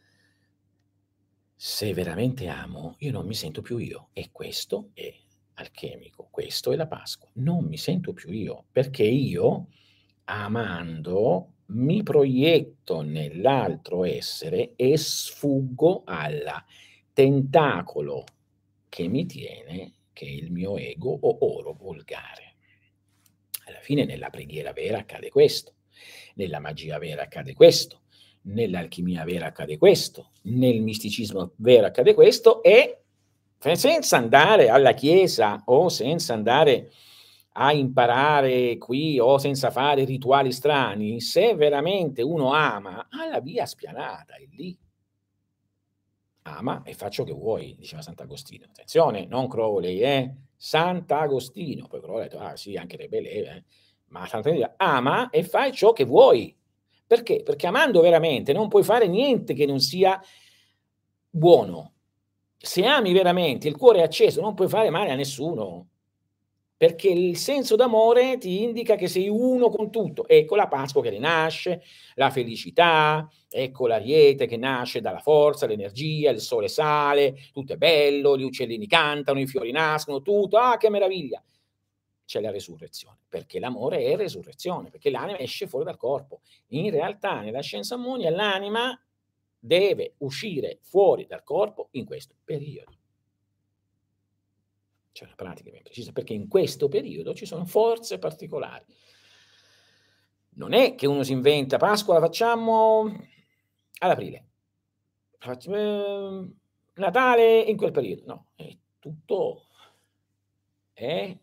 se veramente amo, io non mi sento più io e questo è alchemico, questo è la Pasqua. Non mi sento più io, perché io, amando, mi proietto nell'altro essere e sfuggo al tentacolo che mi tiene, che è il mio ego o oro volgare. Alla fine nella preghiera vera accade questo, nella magia vera accade questo, nell'alchimia vera accade questo, nel misticismo vero accade questo e fe senza andare alla chiesa o senza andare a imparare qui o senza fare rituali strani, se veramente uno ama, ha la via spianata, è lì. Ama e fa ciò che vuoi, diceva Sant'Agostino. Attenzione, non Crowley, eh, Sant'Agostino. Poi Crowley ha detto: "Ah sì, anche Rabelais, eh", ma Sant'Agostino ama e fai ciò che vuoi. Perché? Perché amando veramente non puoi fare niente che non sia buono. Se ami veramente, il cuore è acceso, non puoi fare male a nessuno, perché il senso d'amore ti indica che sei uno con tutto. Ecco la Pasqua che rinasce, la felicità, ecco l'ariete che nasce dalla forza, l'energia, il sole sale, tutto è bello, gli uccellini cantano, i fiori nascono, tutto, ah che meraviglia! C'è la resurrezione, perché l'amore è resurrezione, perché l'anima esce fuori dal corpo. In realtà nella scienza ammonia l'anima deve uscire fuori dal corpo in questo periodo. C'è una pratica ben precisa, perché in questo periodo ci sono forze particolari. Non è che uno si inventa: "Pasqua la facciamo ad aprile, fac ehm, Natale in quel periodo." No, è tutto Eh?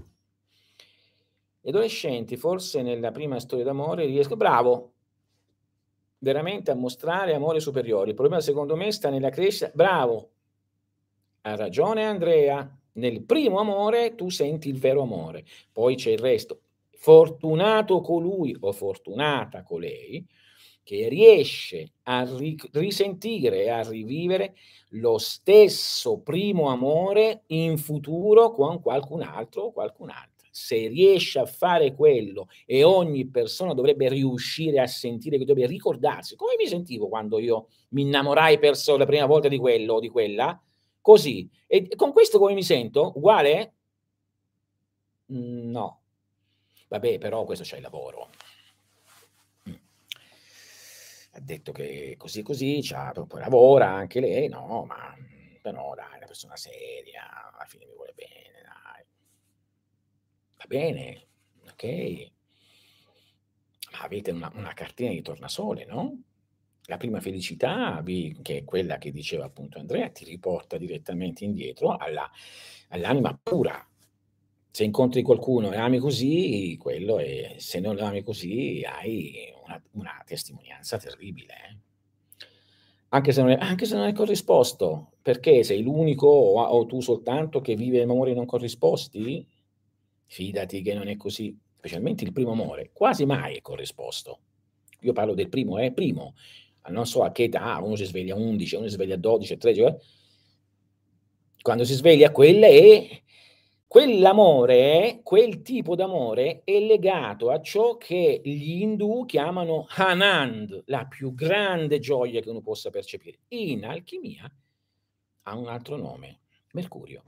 Gli adolescenti, forse nella prima storia d'amore riesco bravo! Veramente a mostrare amore superiore. Il problema secondo me sta nella crescita bravo! Ha ragione Andrea, nel primo amore tu senti il vero amore, poi c'è il resto. Fortunato colui o fortunata colei che riesce a ric risentire e a rivivere lo stesso primo amore in futuro con qualcun altro o qualcun'altra. Se riesce a fare quello e ogni persona dovrebbe riuscire a sentire, che dovrebbe ricordarsi: "Come mi sentivo quando io mi innamorai per so la prima volta di quello o di quella?" Così. E d con questo come mi sento? Uguale? Mhmm, no. Vabbè, però questo c'ha il lavoro. Mh. Ha detto che così, così, c'ha po poi lavora anche lei, no, ma, mhmm, però dai, è una persona seria, alla fine mi vuole bene, dai. Va bene, okay. Ma avete una una cartina di tornasole, no, la prima felicità vi che è quella che diceva appunto Andrea, ti riporta direttamente indietro alla all'anima pura. Se incontri qualcuno e ami così, quello è se non lo ami così hai una una testimonianza terribile, eh. Anche se non è anche se non è corrisposto, perché sei l'unico o a o tu soltanto che vive amori non corrisposti? Fidati che non è così, specialmente il primo amore, quasi mai è corrisposto. Io parlo del primo, eh, primo. A non so a che età, uno si sveglia a undici, uno si sveglia a dodici, a tredici, eh quando si sveglia quella è quell'amore, quel tipo d'amore è legato a ciò che gli indù chiamano Anand, la più grande gioia che uno possa percepire. In alchimia ha un altro nome, Mercurio.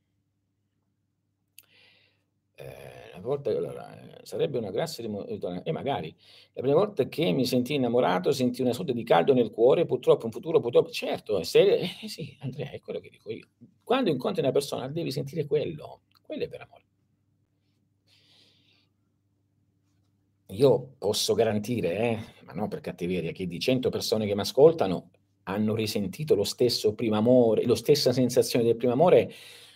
Ehm, una volta allora, ehm, sarebbe una classe di mo e magari. La prima volta che mi sentii innamorato sentii una sorta di caldo nel cuore, purtroppo in futuro purtroppo certo, se eh sì, Andrea, è quello che dico io. Quando incontri una persona devi sentire quello, quello è vero amore. Io posso garantire, eh, ma non per cattiveria, che di cento persone che m'ascoltano hanno risentito lo stesso primo amore, lo stessa sensazione del primo amore.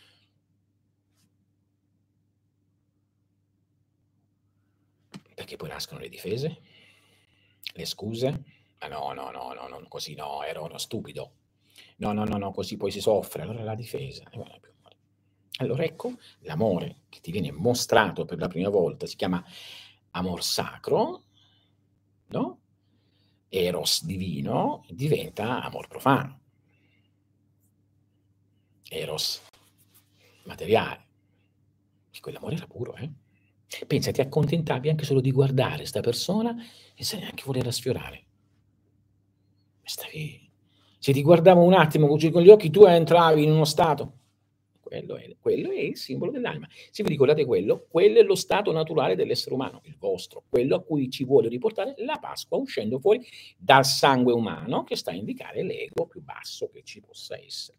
Perché poi nascono le difese, le scuse. Ma no, no, no, no, non così no, ero uno stupido. No, no, no, no, così poi si soffre. Allora la difesa, e non è più amore. Allora ecco, l'amore che ti viene mostrato per la prima volta si chiama amor sacro, no, eros divino, diventa amor profano. Eros materiale. E quell'amore era puro, eh. Pensa, ti accontentavi anche solo di guardare 'sta persona senza neanche volerla sfiorare. Stavi se ti guardava un attimo così con gli occhi, tu entravi in uno stato quello è quello è il simbolo dell'anima. Se vi ricordate quello, quello è lo stato naturale dell'essere umano, il vostro, quello a cui ci vuole riportare la Pasqua, uscendo fuori dal sangue umano che sta a indicare l'ego più basso che ci possa essere.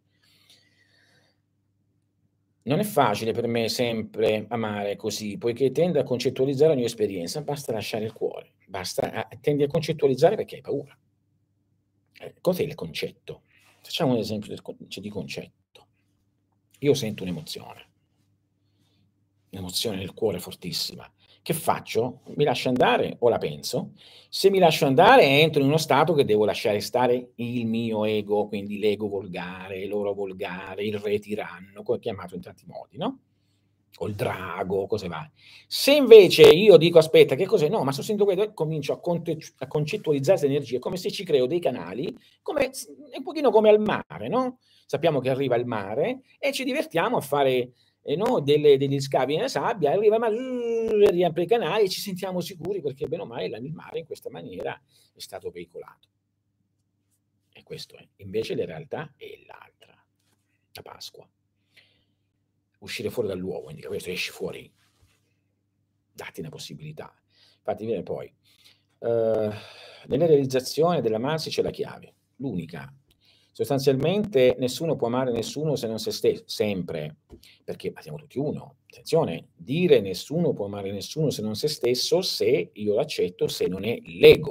Non è facile per me sempre amare così, poiché tendo a concettualizzare ogni esperienza, basta lasciare il cuore, basta a tendi a concettualizzare perché hai paura. Eh, cos'è il concetto? Facciamo un esempio del con cioè di concetto. Io sento un'emozione. Un'emozione nel cuore fortissima. Che faccio? Mi lascio andare o la penso? Se mi lascio andare entro in uno stato che devo lasciare stare il mio ego, quindi l'ego volgare, l'oro volgare, il re tiranno, co chiamato in tanti modi, no, o il drago, cose varie. Se invece io dico: "Aspetta, che cos'è? No, ma sto sentendo quello", e comincio a conte a concettualizzare 'ste energie, come se ci creo dei canali, come s è un pochino come al mare, no, sappiamo che arriva il mare e ci divertiamo a fare, ehm, no, delle degli scavi nella sabbia, arriva il mare, e riempie i canali e ci sentiamo sicuri perché bene o male la il mare in questa maniera è stato veicolato. E questo è. Invece la realtà è l'altra, la Pasqua. Uscire fuori dall'uovo, indica questo, esci fuori, datti una possibilità. Infatti viene poi, uhm, nella realizzazione dell'amarsi c'è la chiave, l'unica. Sostanzialmente nessuno può amare nessuno se non se stes sempre, perché ma siamo tutti uno. Attenzione, dire nessuno può amare nessuno se non se stesso, se io l'accetto, se non è l'ego.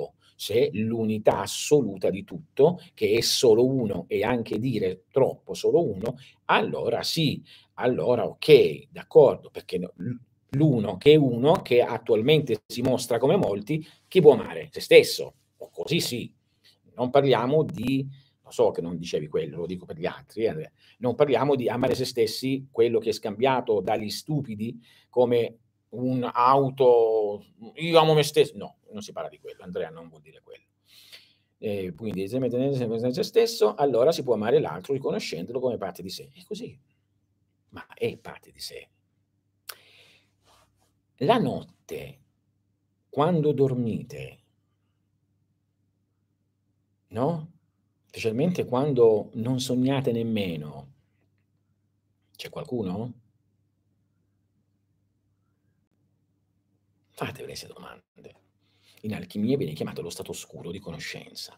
se l'unità assoluta di tutto, che è solo uno, e anche dire troppo solo uno, allora sì, allora okay, d'accordo, perché no l l'uno che è uno, che attualmente si mostra come molti, chi può amare? Se stesso, o così sì. Non parliamo di lo so che non dicevi quello, lo dico per gli altri, eh, non parliamo di amare se stessi, quello che è scambiato dagli stupidi come un'auto "Io amo me stes" no, non si parla di quello, Andrea non vuol dire quello. Ehm, quindi se se stesso, allora si può amare l'altro riconoscendolo come parte di sé. È così, ma è parte di sé. La notte, quando dormite no, specialmente quando non sognate nemmeno c'è qualcuno? Fatevi 'ste domande. In alchimia viene chiamato lo stato oscuro di conoscenza.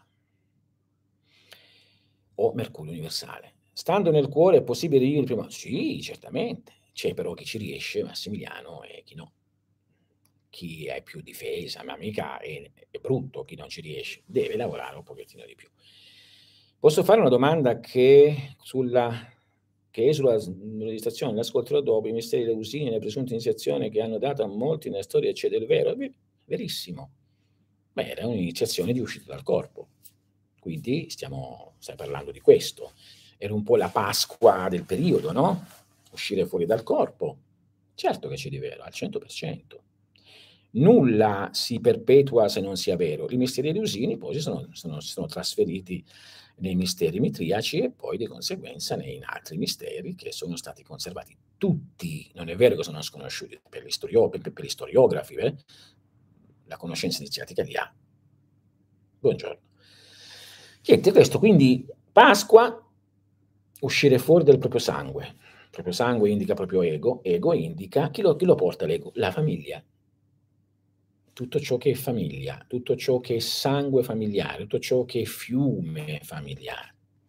O mercurio universale. Stando nel cuore è possibile rivivere il prima sì, certamente. C'è però chi ci riesce, Massimiliano, e chi no. Chi è più difesa, ma mica è è brutto chi non ci riesce, deve lavorare un pochettino di più. Posso fare una domanda che sulla che esula s registrazione, l'ascolterò dopo, i misteri eleusini e le presunte iniziazioni che hanno dato a molti nella storia eccetera, è vero? È ve verissimo. Beh, era un'iniziazione di uscita dal corpo. Quindi stiamo stai parlando di questo. Era un po' la Pasqua del periodo, no, uscire fuori dal corpo. Certo che c'è di vero, al cento per cento. Nulla si perpetua se non sia vero. I misteri eleusini poi si sono sono si sono trasferiti nei misteri mitriaci e poi di conseguenza nei in altri misteri che sono stati conservati tutti. Non è vero che sono sconosciuti per gli storio per per gli storiografi, eh. La conoscenza iniziatica li ha. Buongiorno. Niente questo, quindi Pasqua, uscire fuori del proprio sangue. Proprio sangue indica proprio ego, ego indica chi lo chi lo porta l'ego? La famiglia. Tutto ciò che è famiglia, tutto ciò che è sangue familiare, tutto ciò che è fiume familiare.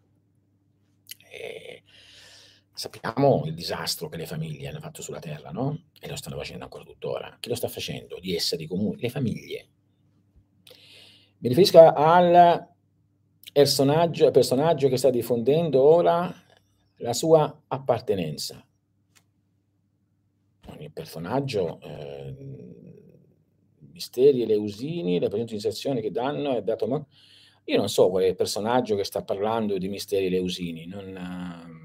Ehm, sappiamo il disastro che le famiglie hanno fatto sulla terra, no, e lo stanno facendo ancora tuttora. Chi lo sta facendo? Gli esseri comuni, le famiglie. Mi riferisco al ersonaggio personaggio che sta diffondendo ora la sua appartenenza. Ogni personaggio, ehm, misteri eleusini, la presente iniziazione che danno è dato mo io non so qual è il personaggio che sta parlando di misteri eleusini, non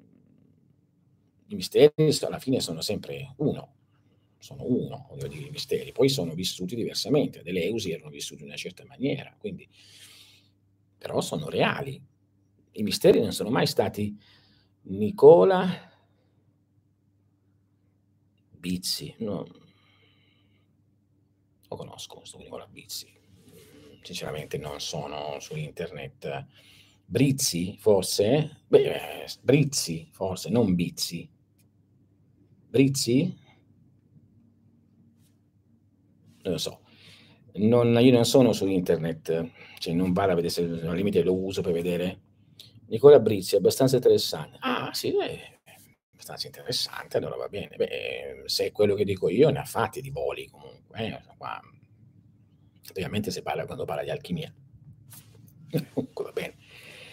i misteri s alla fine sono sempre uno, sono uno, voglio dire, i misteri, poi sono vissuti diversamente. Ad Eleusi erano vissuti in una certa maniera, quindi però sono reali. I misteri non sono mai stati Nicola Bizzi, no lo conosco questo Nicola Bizzi. Sinceramente non sono su internet. Brizzi forse? Beh, s Brizzi forse, non Bizzi. Brizzi? Non lo so. Non io non sono su internet, cioè non vado a vedere se al limite lo uso per vedere. Nicola Brizzi, abbastanza interessante. Ah sì, eh, abbastanza interessante, allora va bene. Beh, se è quello che dico io ne ha fatti di voli comunque, eh, questo qua. Specialmente se parla quando parla di alchimia. Comunque va bene.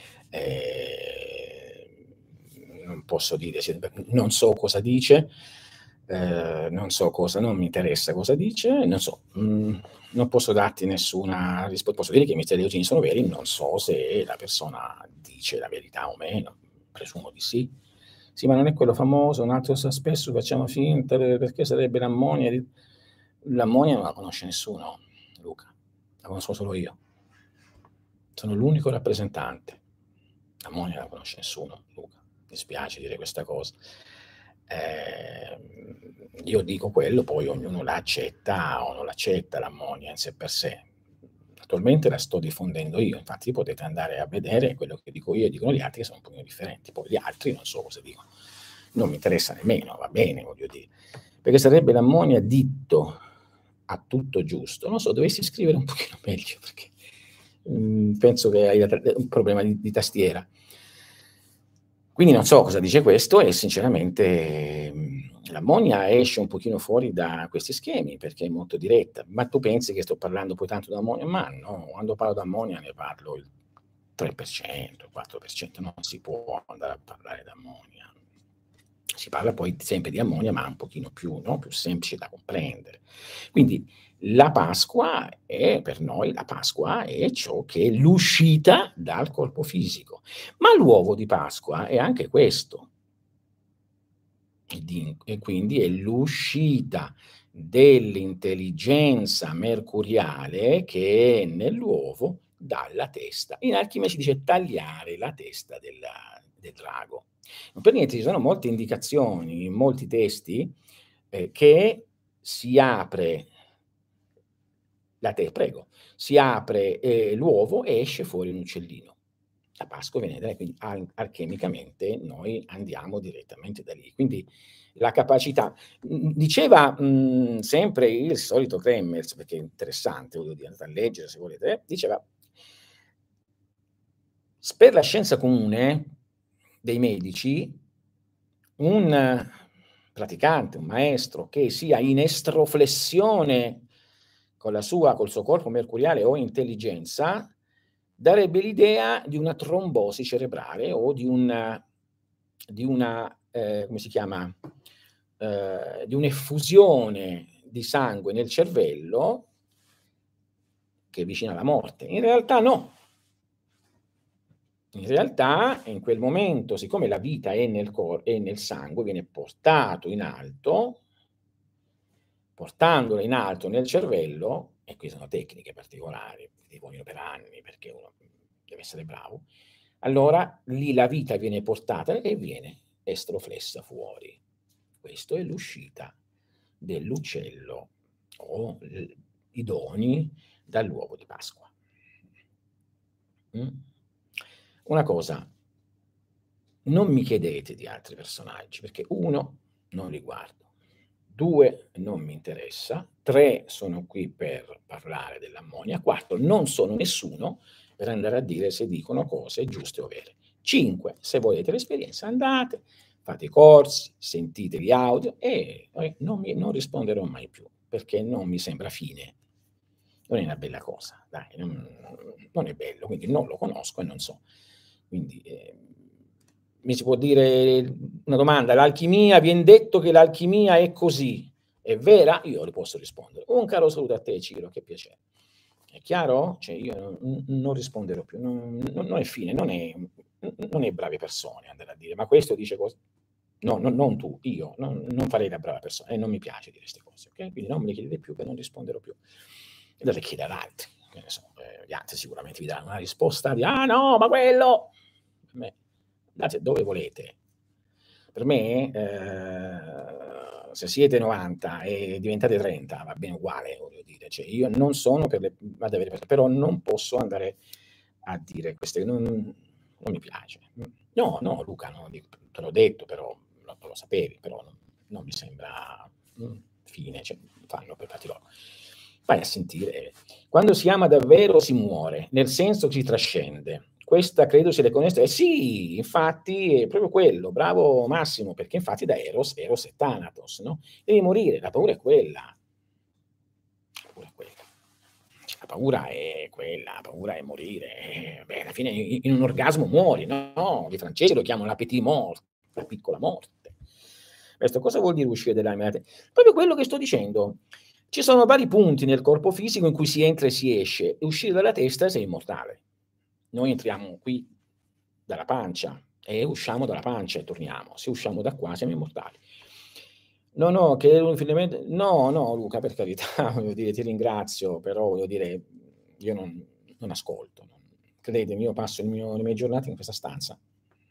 Ehm, non posso dire se b non so cosa dice, ehm, non so cosa non mi interessa cosa dice, non so, mhmm, non posso darti nessuna rispo posso dire che i misteri eleusini sono veri, non so se la persona dice la verità o meno, presumo di sì. Sì, ma non è quello famoso, un altro sa spesso facciamo finta de perché sarebbe l'ammonia di l'ammonia non la conosce nessuno, Luca, la conosco solo io. Sono l'unico rappresentante. L'ammonia la conosce nessuno, Luca. Mi spiace dire questa cosa. Ehm, io dico quello, poi ognuno la accetta o non l'accetta l'ammonia in sé per sé. Attualmente la sto diffondendo io, infatti potete andare a vedere quello che dico io e dicono gli altri che sono un pochino differenti. Poi gli altri non so cosa dicono. Non mi interessa nemmeno, va bene, voglio dire. Perché sarebbe l'ammonia ditto a tutto giusto. Non so, dovessi scrivere un pochino meglio perché, mhmm, penso che hai la ta un problema di di tastiera. Quindi non so cosa dice questo e sinceramente, mhmm, L'ammonia esce un pochino fuori da questi schemi perché è molto diretta. Ma tu pensi che sto parlando poi tanto d'ammonia? Ma no, quando parlo d'ammonia ne parlo il tre per cento, il quattro per cento, non si può andare a parlare d'ammonia. Si parla poi sempre di ammonia, ma un pochino più, no, più semplice da comprendere. Quindi la Pasqua è per noi la Pasqua è ciò che è l'uscita dal corpo fisico. Ma l'uovo di Pasqua è anche questo. E di e quindi è l'uscita dell'intelligenza mercuriale che è nell'uovo dalla testa. In alchimia si dice tagliare la testa della del drago. Non per niente ci sono molte indicazioni in molti testi, ehm, che si apre la te prego, si apre, ehm, l'uovo e esce fuori un uccellino. La Pasqua viene da lì, quindi al alchemicamente noi andiamo direttamente da lì. Quindi la capacità mhmm, diceva, mhmm, sempre il solito Kremers, perché è interessante, voglio dire, andate a leggere se volete, eh, diceva s per la scienza comune dei medici, un praticante, un maestro che sia in estroflessione con la sua col suo corpo mercuriale o intelligenza, darebbe l'idea di una trombosi cerebrale o di un di una, ehm, come si chiama, ehm, di un'effusione di sangue nel cervello che è vicina alla morte. In realtà no. In realtà, in quel momento, siccome la vita è nel cor è nel sangue, viene portato in alto portandolo in alto nel cervello, e qui sono tecniche particolari, ti vogliono per anni perché uno deve essere bravo, allora lì la vita viene portata e viene estroflessa fuori. Questo è l'uscita dell'uccello o l i doni dall'uovo di Pasqua. Mh. Una cosa, non mi chiedete di altri personaggi perché uno non li guardo, due non mi interessa, tre sono qui per parlare dell'ammonia, quattro non sono nessuno per andare a dire se dicono cose giuste o vere. cinque se volete l'esperienza andate, fate i corsi, sentite gli audio e e non mi non risponderò mai più, perché non mi sembra fine. Non è una bella cosa, dai, non non è bello, quindi non lo conosco e non so. Quindi, ehm, mi si può dire una domanda: l'alchimia vien detto che l'alchimia è così, è vera? Io le posso rispondere. Un caro saluto a te Ciro, che piacere. È chiaro? Cioè io n non risponderò più, non non non è fine, non è n non è brave persone andare a dire: "Ma questo dice cos" no, no non tu, io, non non farei la brava persona e non mi piace dire 'ste cose, okay, quindi non me le chiedete più che non risponderò più. Andate a chiedere ad altri, che ne so, ehm, gli altri sicuramente vi daranno una risposta di: "Ah no, ma quello" per me andate dove volete. Per me, ehm, se siete novanta e diventate trenta va bene uguale, voglio dire, cioè io non sono per le vado a vedere però non posso andare a dire queste non non mi piace. Mh. No, no Luca, no, dico te l'ho detto però lo lo sapevi, però non non mi sembra, mh, fine, cioè fanno per fatti loro. Vai a sentire. Quando si ama davvero si muore, nel senso che si trascende. Questa credo sia eh sì, infatti è proprio quello, bravo Massimo, perché infatti da Eros, Eros è Thanatos, no, devi morire, la paura è quella. La paura è quella. Cioè la paura è quella, la paura è morire. Eh, beh, alla fine i in un orgasmo muori, no, i francesi lo chiamano la petite mort, la piccola morte. Questo cosa vuol dire uscire dall'anima? Proprio quello che sto dicendo. Ci sono vari punti nel corpo fisico in cui si entra e si esce, e uscire dalla testa sei immortale. Noi entriamo qui dalla pancia e usciamo dalla pancia e torniamo. Se usciamo da qua siamo immortali. No, no, che no, no Luca, per carità, voglio dire, ti ringrazio, però voglio dire, io non non ascolto, non credetemi, io passo il mio le mie giornate in questa stanza.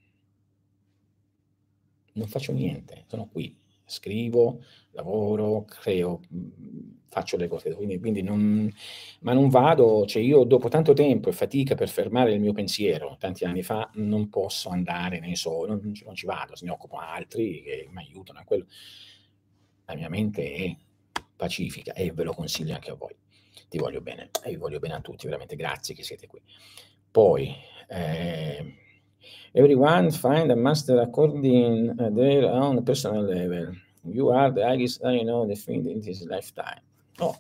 Non faccio niente, sono qui, scrivo, lavoro, creo, mhmm, faccio le cose, quindi quindi non ma non vado cioè io dopo tanto tempo e fatica per fermare il mio pensiero, tanti anni fa, non posso andare nei so non ci non ci vado, se ne occupano altri che m'aiutano, è quello. La mia mente è pacifica e ve lo consiglio anche a voi. Ti voglio bene e vi voglio bene a tutti, veramente grazie che siete qui. Poi, ehm, everyone find a master according their own personal level. You are the highest, you know, the thing in this lifetime. Oh.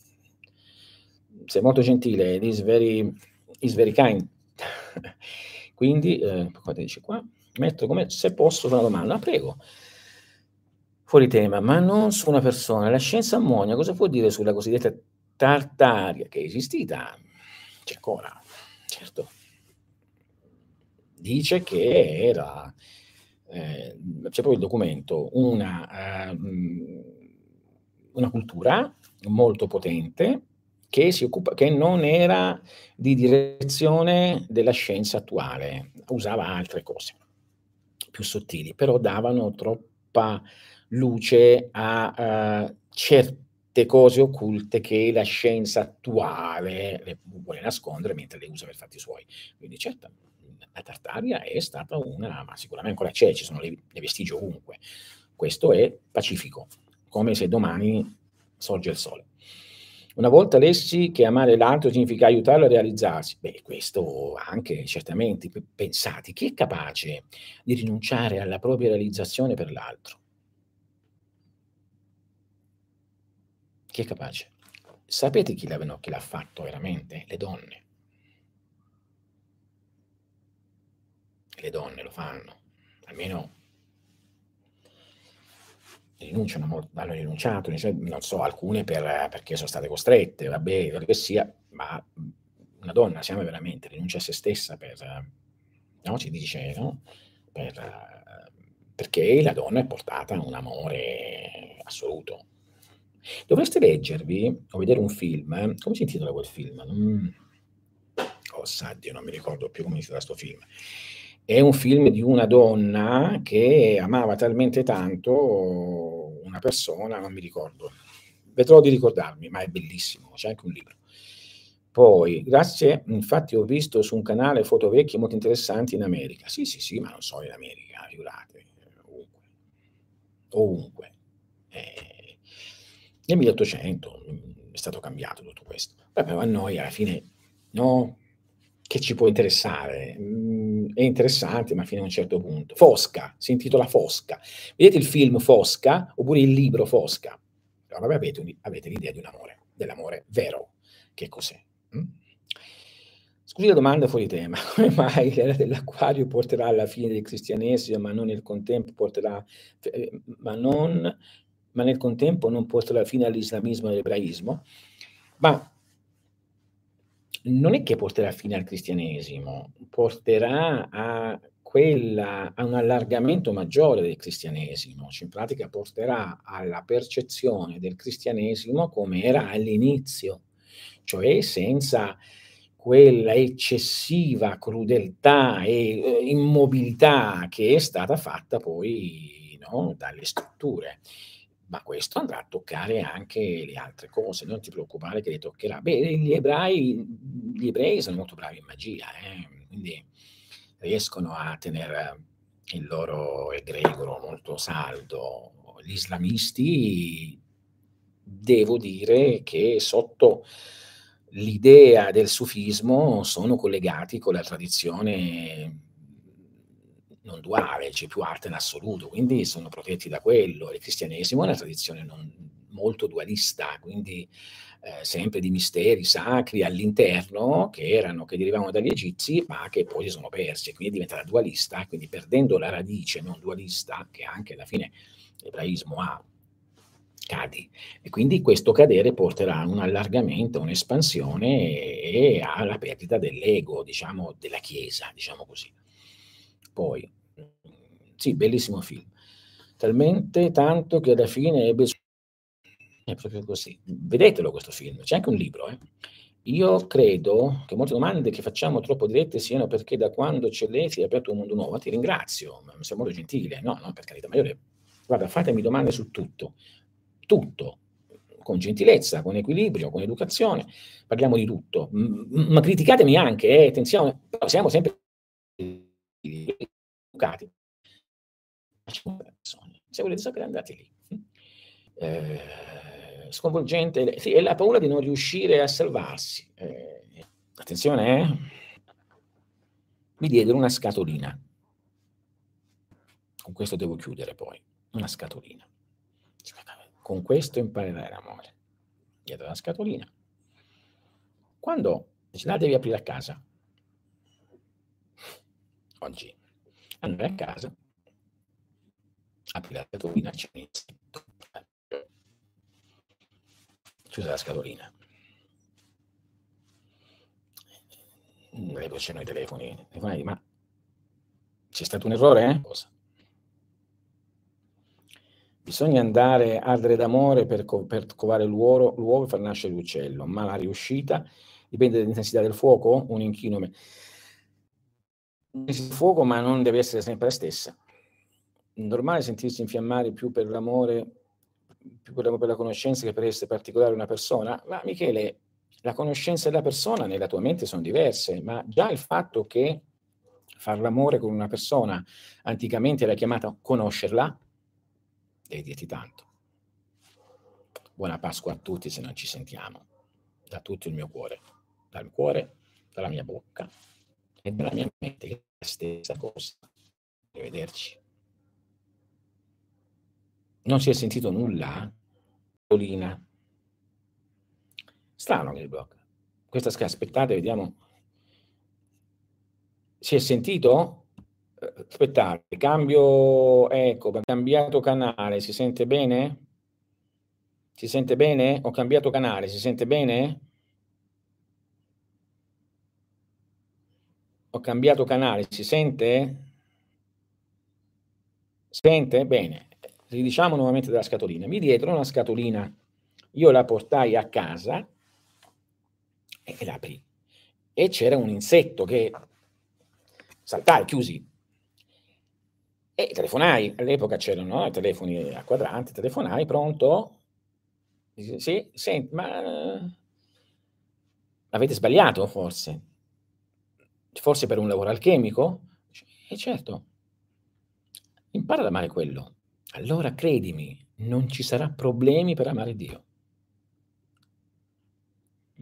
Sei molto gentile, it is very is very kind. Quindi, ehm, cosa dice qua? Metto come se posso una domanda. Ah, prego. Fuori tema, ma non su una persona. La scienza ammonia cosa può dire sulla cosiddetta Tartaria, che è esistita? C'è ancora, certo. Dice che era, ehm, c'è proprio il documento, una, ehm, una cultura molto potente che si occupa che non era di direzione della scienza attuale, usava altre cose più sottili, però davano troppa luce a, ehm, certe cose occulte che la scienza attuale le vuole nascondere mentre le usa per fatti suoi. Quindi certo, la Tartaria è stata una ma sicuramente ancora c'è, ci sono dei dei vestigi ovunque. Questo è pacifico, come se domani sorge il sole. Una volta lessi che amare l'altro significa aiutarlo a realizzarsi. Beh, questo anche certamente p pensati. Chi è capace di rinunciare alla propria realizzazione per l'altro? Chi è capace? Sapete chi l'aveno chi l'ha fatto veramente? Le donne. Le donne lo fanno, almeno rinunciano mol hanno rinunciato, dice non so, alcune per perché sono state costrette, vabbè, quello che sia, ma, mhmm, una donna se ama veramente rinuncia a se stessa per no, si dice, no, per perché la donna è portata a un amore assoluto. Dovreste leggervi o vedere un film, come si intitola quel film? Mhmm, oh sadio, non mi ricordo più come si intitola 'sto film. È un film di una donna che amava talmente tanto una persona, non mi ricordo. Vedrò di ricordarmi, ma è bellissimo, c'è anche un libro. Poi, grazie infatti ho visto su un canale foto vecchie molto interessanti in America. Sì, sì, sì, ma non solo in America, figurate, ovunque. Ovunque. Ehm, nel milleottocento, mhmm, è stato cambiato tutto questo. Beh, però a noi alla fine, no, che ci può interessare? Mhmm, è interessante, ma fino a un certo punto. Fosca, si intitola Fosca. Vedete il film Fosca, oppure il libro Fosca? Allora avete un avete l'idea di un amore, dell'amore vero. Che cos'è? Mh? Scusi la domanda fuori tema, come mai l'era dell'acquario porterà alla fine del cristianesimo, ma non nel contempo porterà f ehm, ma non ma nel contempo non porterà fine all'islamismo e all'ebraismo? Ma non è che porterà fine al cristianesimo, porterà a quella a un allargamento maggiore del cristianesimo, cioè in pratica porterà alla percezione del cristianesimo come era all'inizio, cioè senza quella eccessiva crudeltà e, ehm, immobilità che è stata fatta poi, no, dalle strutture. Ma questo andrà a toccare anche le altre cose, non ti preoccupare che le toccherà. Beh, gli ebrai mhmm, gli ebrei sono molto bravi in magia, eh, quindi riescono a tener il loro egregoro molto saldo. Gli islamisti devo dire che sotto l'idea del sufismo sono collegati con la tradizione non duale, cioè più alta in assoluto, quindi sono protetti da quello. Il cristianesimo è una tradizione non molto dualista, quindi, ehm, sempre di misteri sacri all'interno che erano che derivavano dagli egizi, ma che poi si sono persi e quindi è diventata dualista, quindi perdendo la radice non dualista, che anche alla fine l'ebraismo ha, cadi. E quindi questo cadere porterà a un allargamento, a un'espansione e alla perdita dell'ego, diciamo, della Chiesa, diciamo così. Poi, mhmm, sì, bellissimo film. Talmente tanto che alla fine ebbe su è proprio così. Vedetelo questo film, c'è anche un libro, eh. Io credo che molte domande che facciamo troppo dirette siano perché da quando c'è lei si è aperto un mondo nuovo. Ti ringrazio, ma sei molto gentile. No, no, per carità, ma io le guarda, fatemi domande su tutto, tutto, con gentilezza, con equilibrio, con educazione, parliamo di tutto. M m ma criticatemi anche, eh, attenzione, però siamo sempre educati. Se volete sapere andate lì. Mh. Ehm, sconvolgente sì, è la paura di non riuscire a salvarsi. Ehm, attenzione eh. Mi diedero una scatolina. Con questo devo chiudere poi. Una scatolina. Con questo imparerai l'amore. Dietro la scatolina. Quando la devi aprire a casa. Oggi andrai a casa, apri la scatolina, c'è un insetto. Chiusa la scatolina. Le procedano i telefoni, ma c'è stato un errore? Eh? Cosa? Bisogna andare a ardere d'amore per, co per covare l'uovo, l'uovo e far nascere l'uccello, ma la riuscita dipende dall'intensità del fuoco, un inchino. Il fuoco, ma non deve essere sempre la stessa. È normale sentirsi infiammare più per l'amore, più per, per la conoscenza che per essere particolare una persona? Ma Michele, la conoscenza della persona nella tua mente sono diverse, ma già il fatto che far l'amore con una persona anticamente era chiamata conoscerla, devi dirti tanto. Buona Pasqua a tutti se non ci sentiamo, da tutto il mio cuore, dal cuore, dalla mia bocca e dalla mia mente, la stessa cosa. Arrivederci. Non si è sentito nulla? Polina. Strano che il blog. Questa aspettate, vediamo. Si è sentito? Aspettate, cambio, ecco, ho cambiato canale, si sente bene? Si sente bene? Ho cambiato canale, si sente bene? Ho cambiato canale, si sente? Si sente? Bene. Ridiciamo nuovamente della scatolina. Mi dietro una scatolina, io la portai a casa e l'apri. E c'era un insetto che saltai, chiusi. E telefonai, all'epoca c'erano no, i telefoni a quadrante, telefonai, pronto? Sì, senti, ma avete sbagliato forse? Forse per un lavoro alchemico? E certo, impara ad amare quello. Allora credimi, non ci sarà problemi per amare Dio. Mm.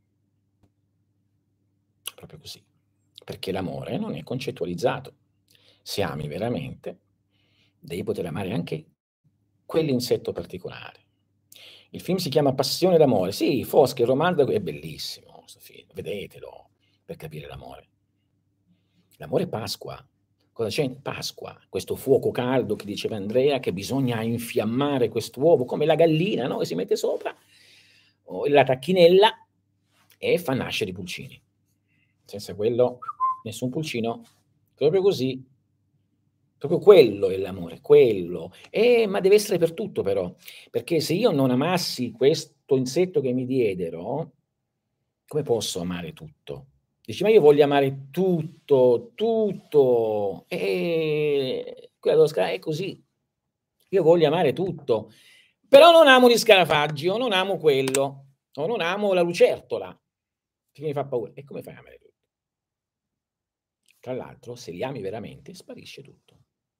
Proprio così. Perché l'amore non è concettualizzato. Se ami veramente, devi poter amare anche quell'insetto particolare. Il film si chiama Passione d'amore. Sì, Foschi, il romanzo è bellissimo, questo film. Vedetelo per capire l'amore. L'amore è Pasqua. Cosa c'è in Pasqua? Questo fuoco caldo che diceva Andrea, che bisogna infiammare quest'uovo come la gallina, no? Che si mette sopra, o la tacchinella, e fa nascere i pulcini. Senza quello, nessun pulcino. Proprio così. Proprio quello è l'amore, quello. Eh, ma deve essere per tutto però, perché se io non amassi questo insetto che mi diedero, come posso amare tutto? Dici, ma io voglio amare tutto, tutto. E quello è così. Io voglio amare tutto, però non amo gli scarafaggi, o non amo quello, o non amo la lucertola, che mi fa paura. E come fai a amare tutto? Tra l'altro, se li ami veramente, sparisce tutto.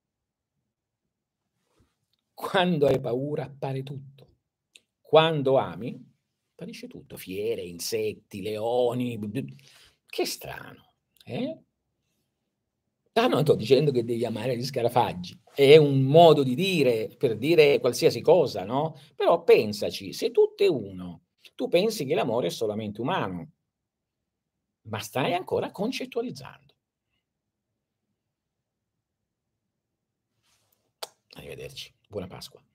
Quando hai paura, appare tutto. Quando ami, sparisce tutto. Fiere, insetti, leoni. Che strano, eh? Ah, non sto dicendo che devi amare gli scarafaggi. È un modo di dire, per dire qualsiasi cosa, no? Però pensaci, se tutto è uno, tu pensi che l'amore è solamente umano, ma stai ancora concettualizzando. Arrivederci. Buona Pasqua.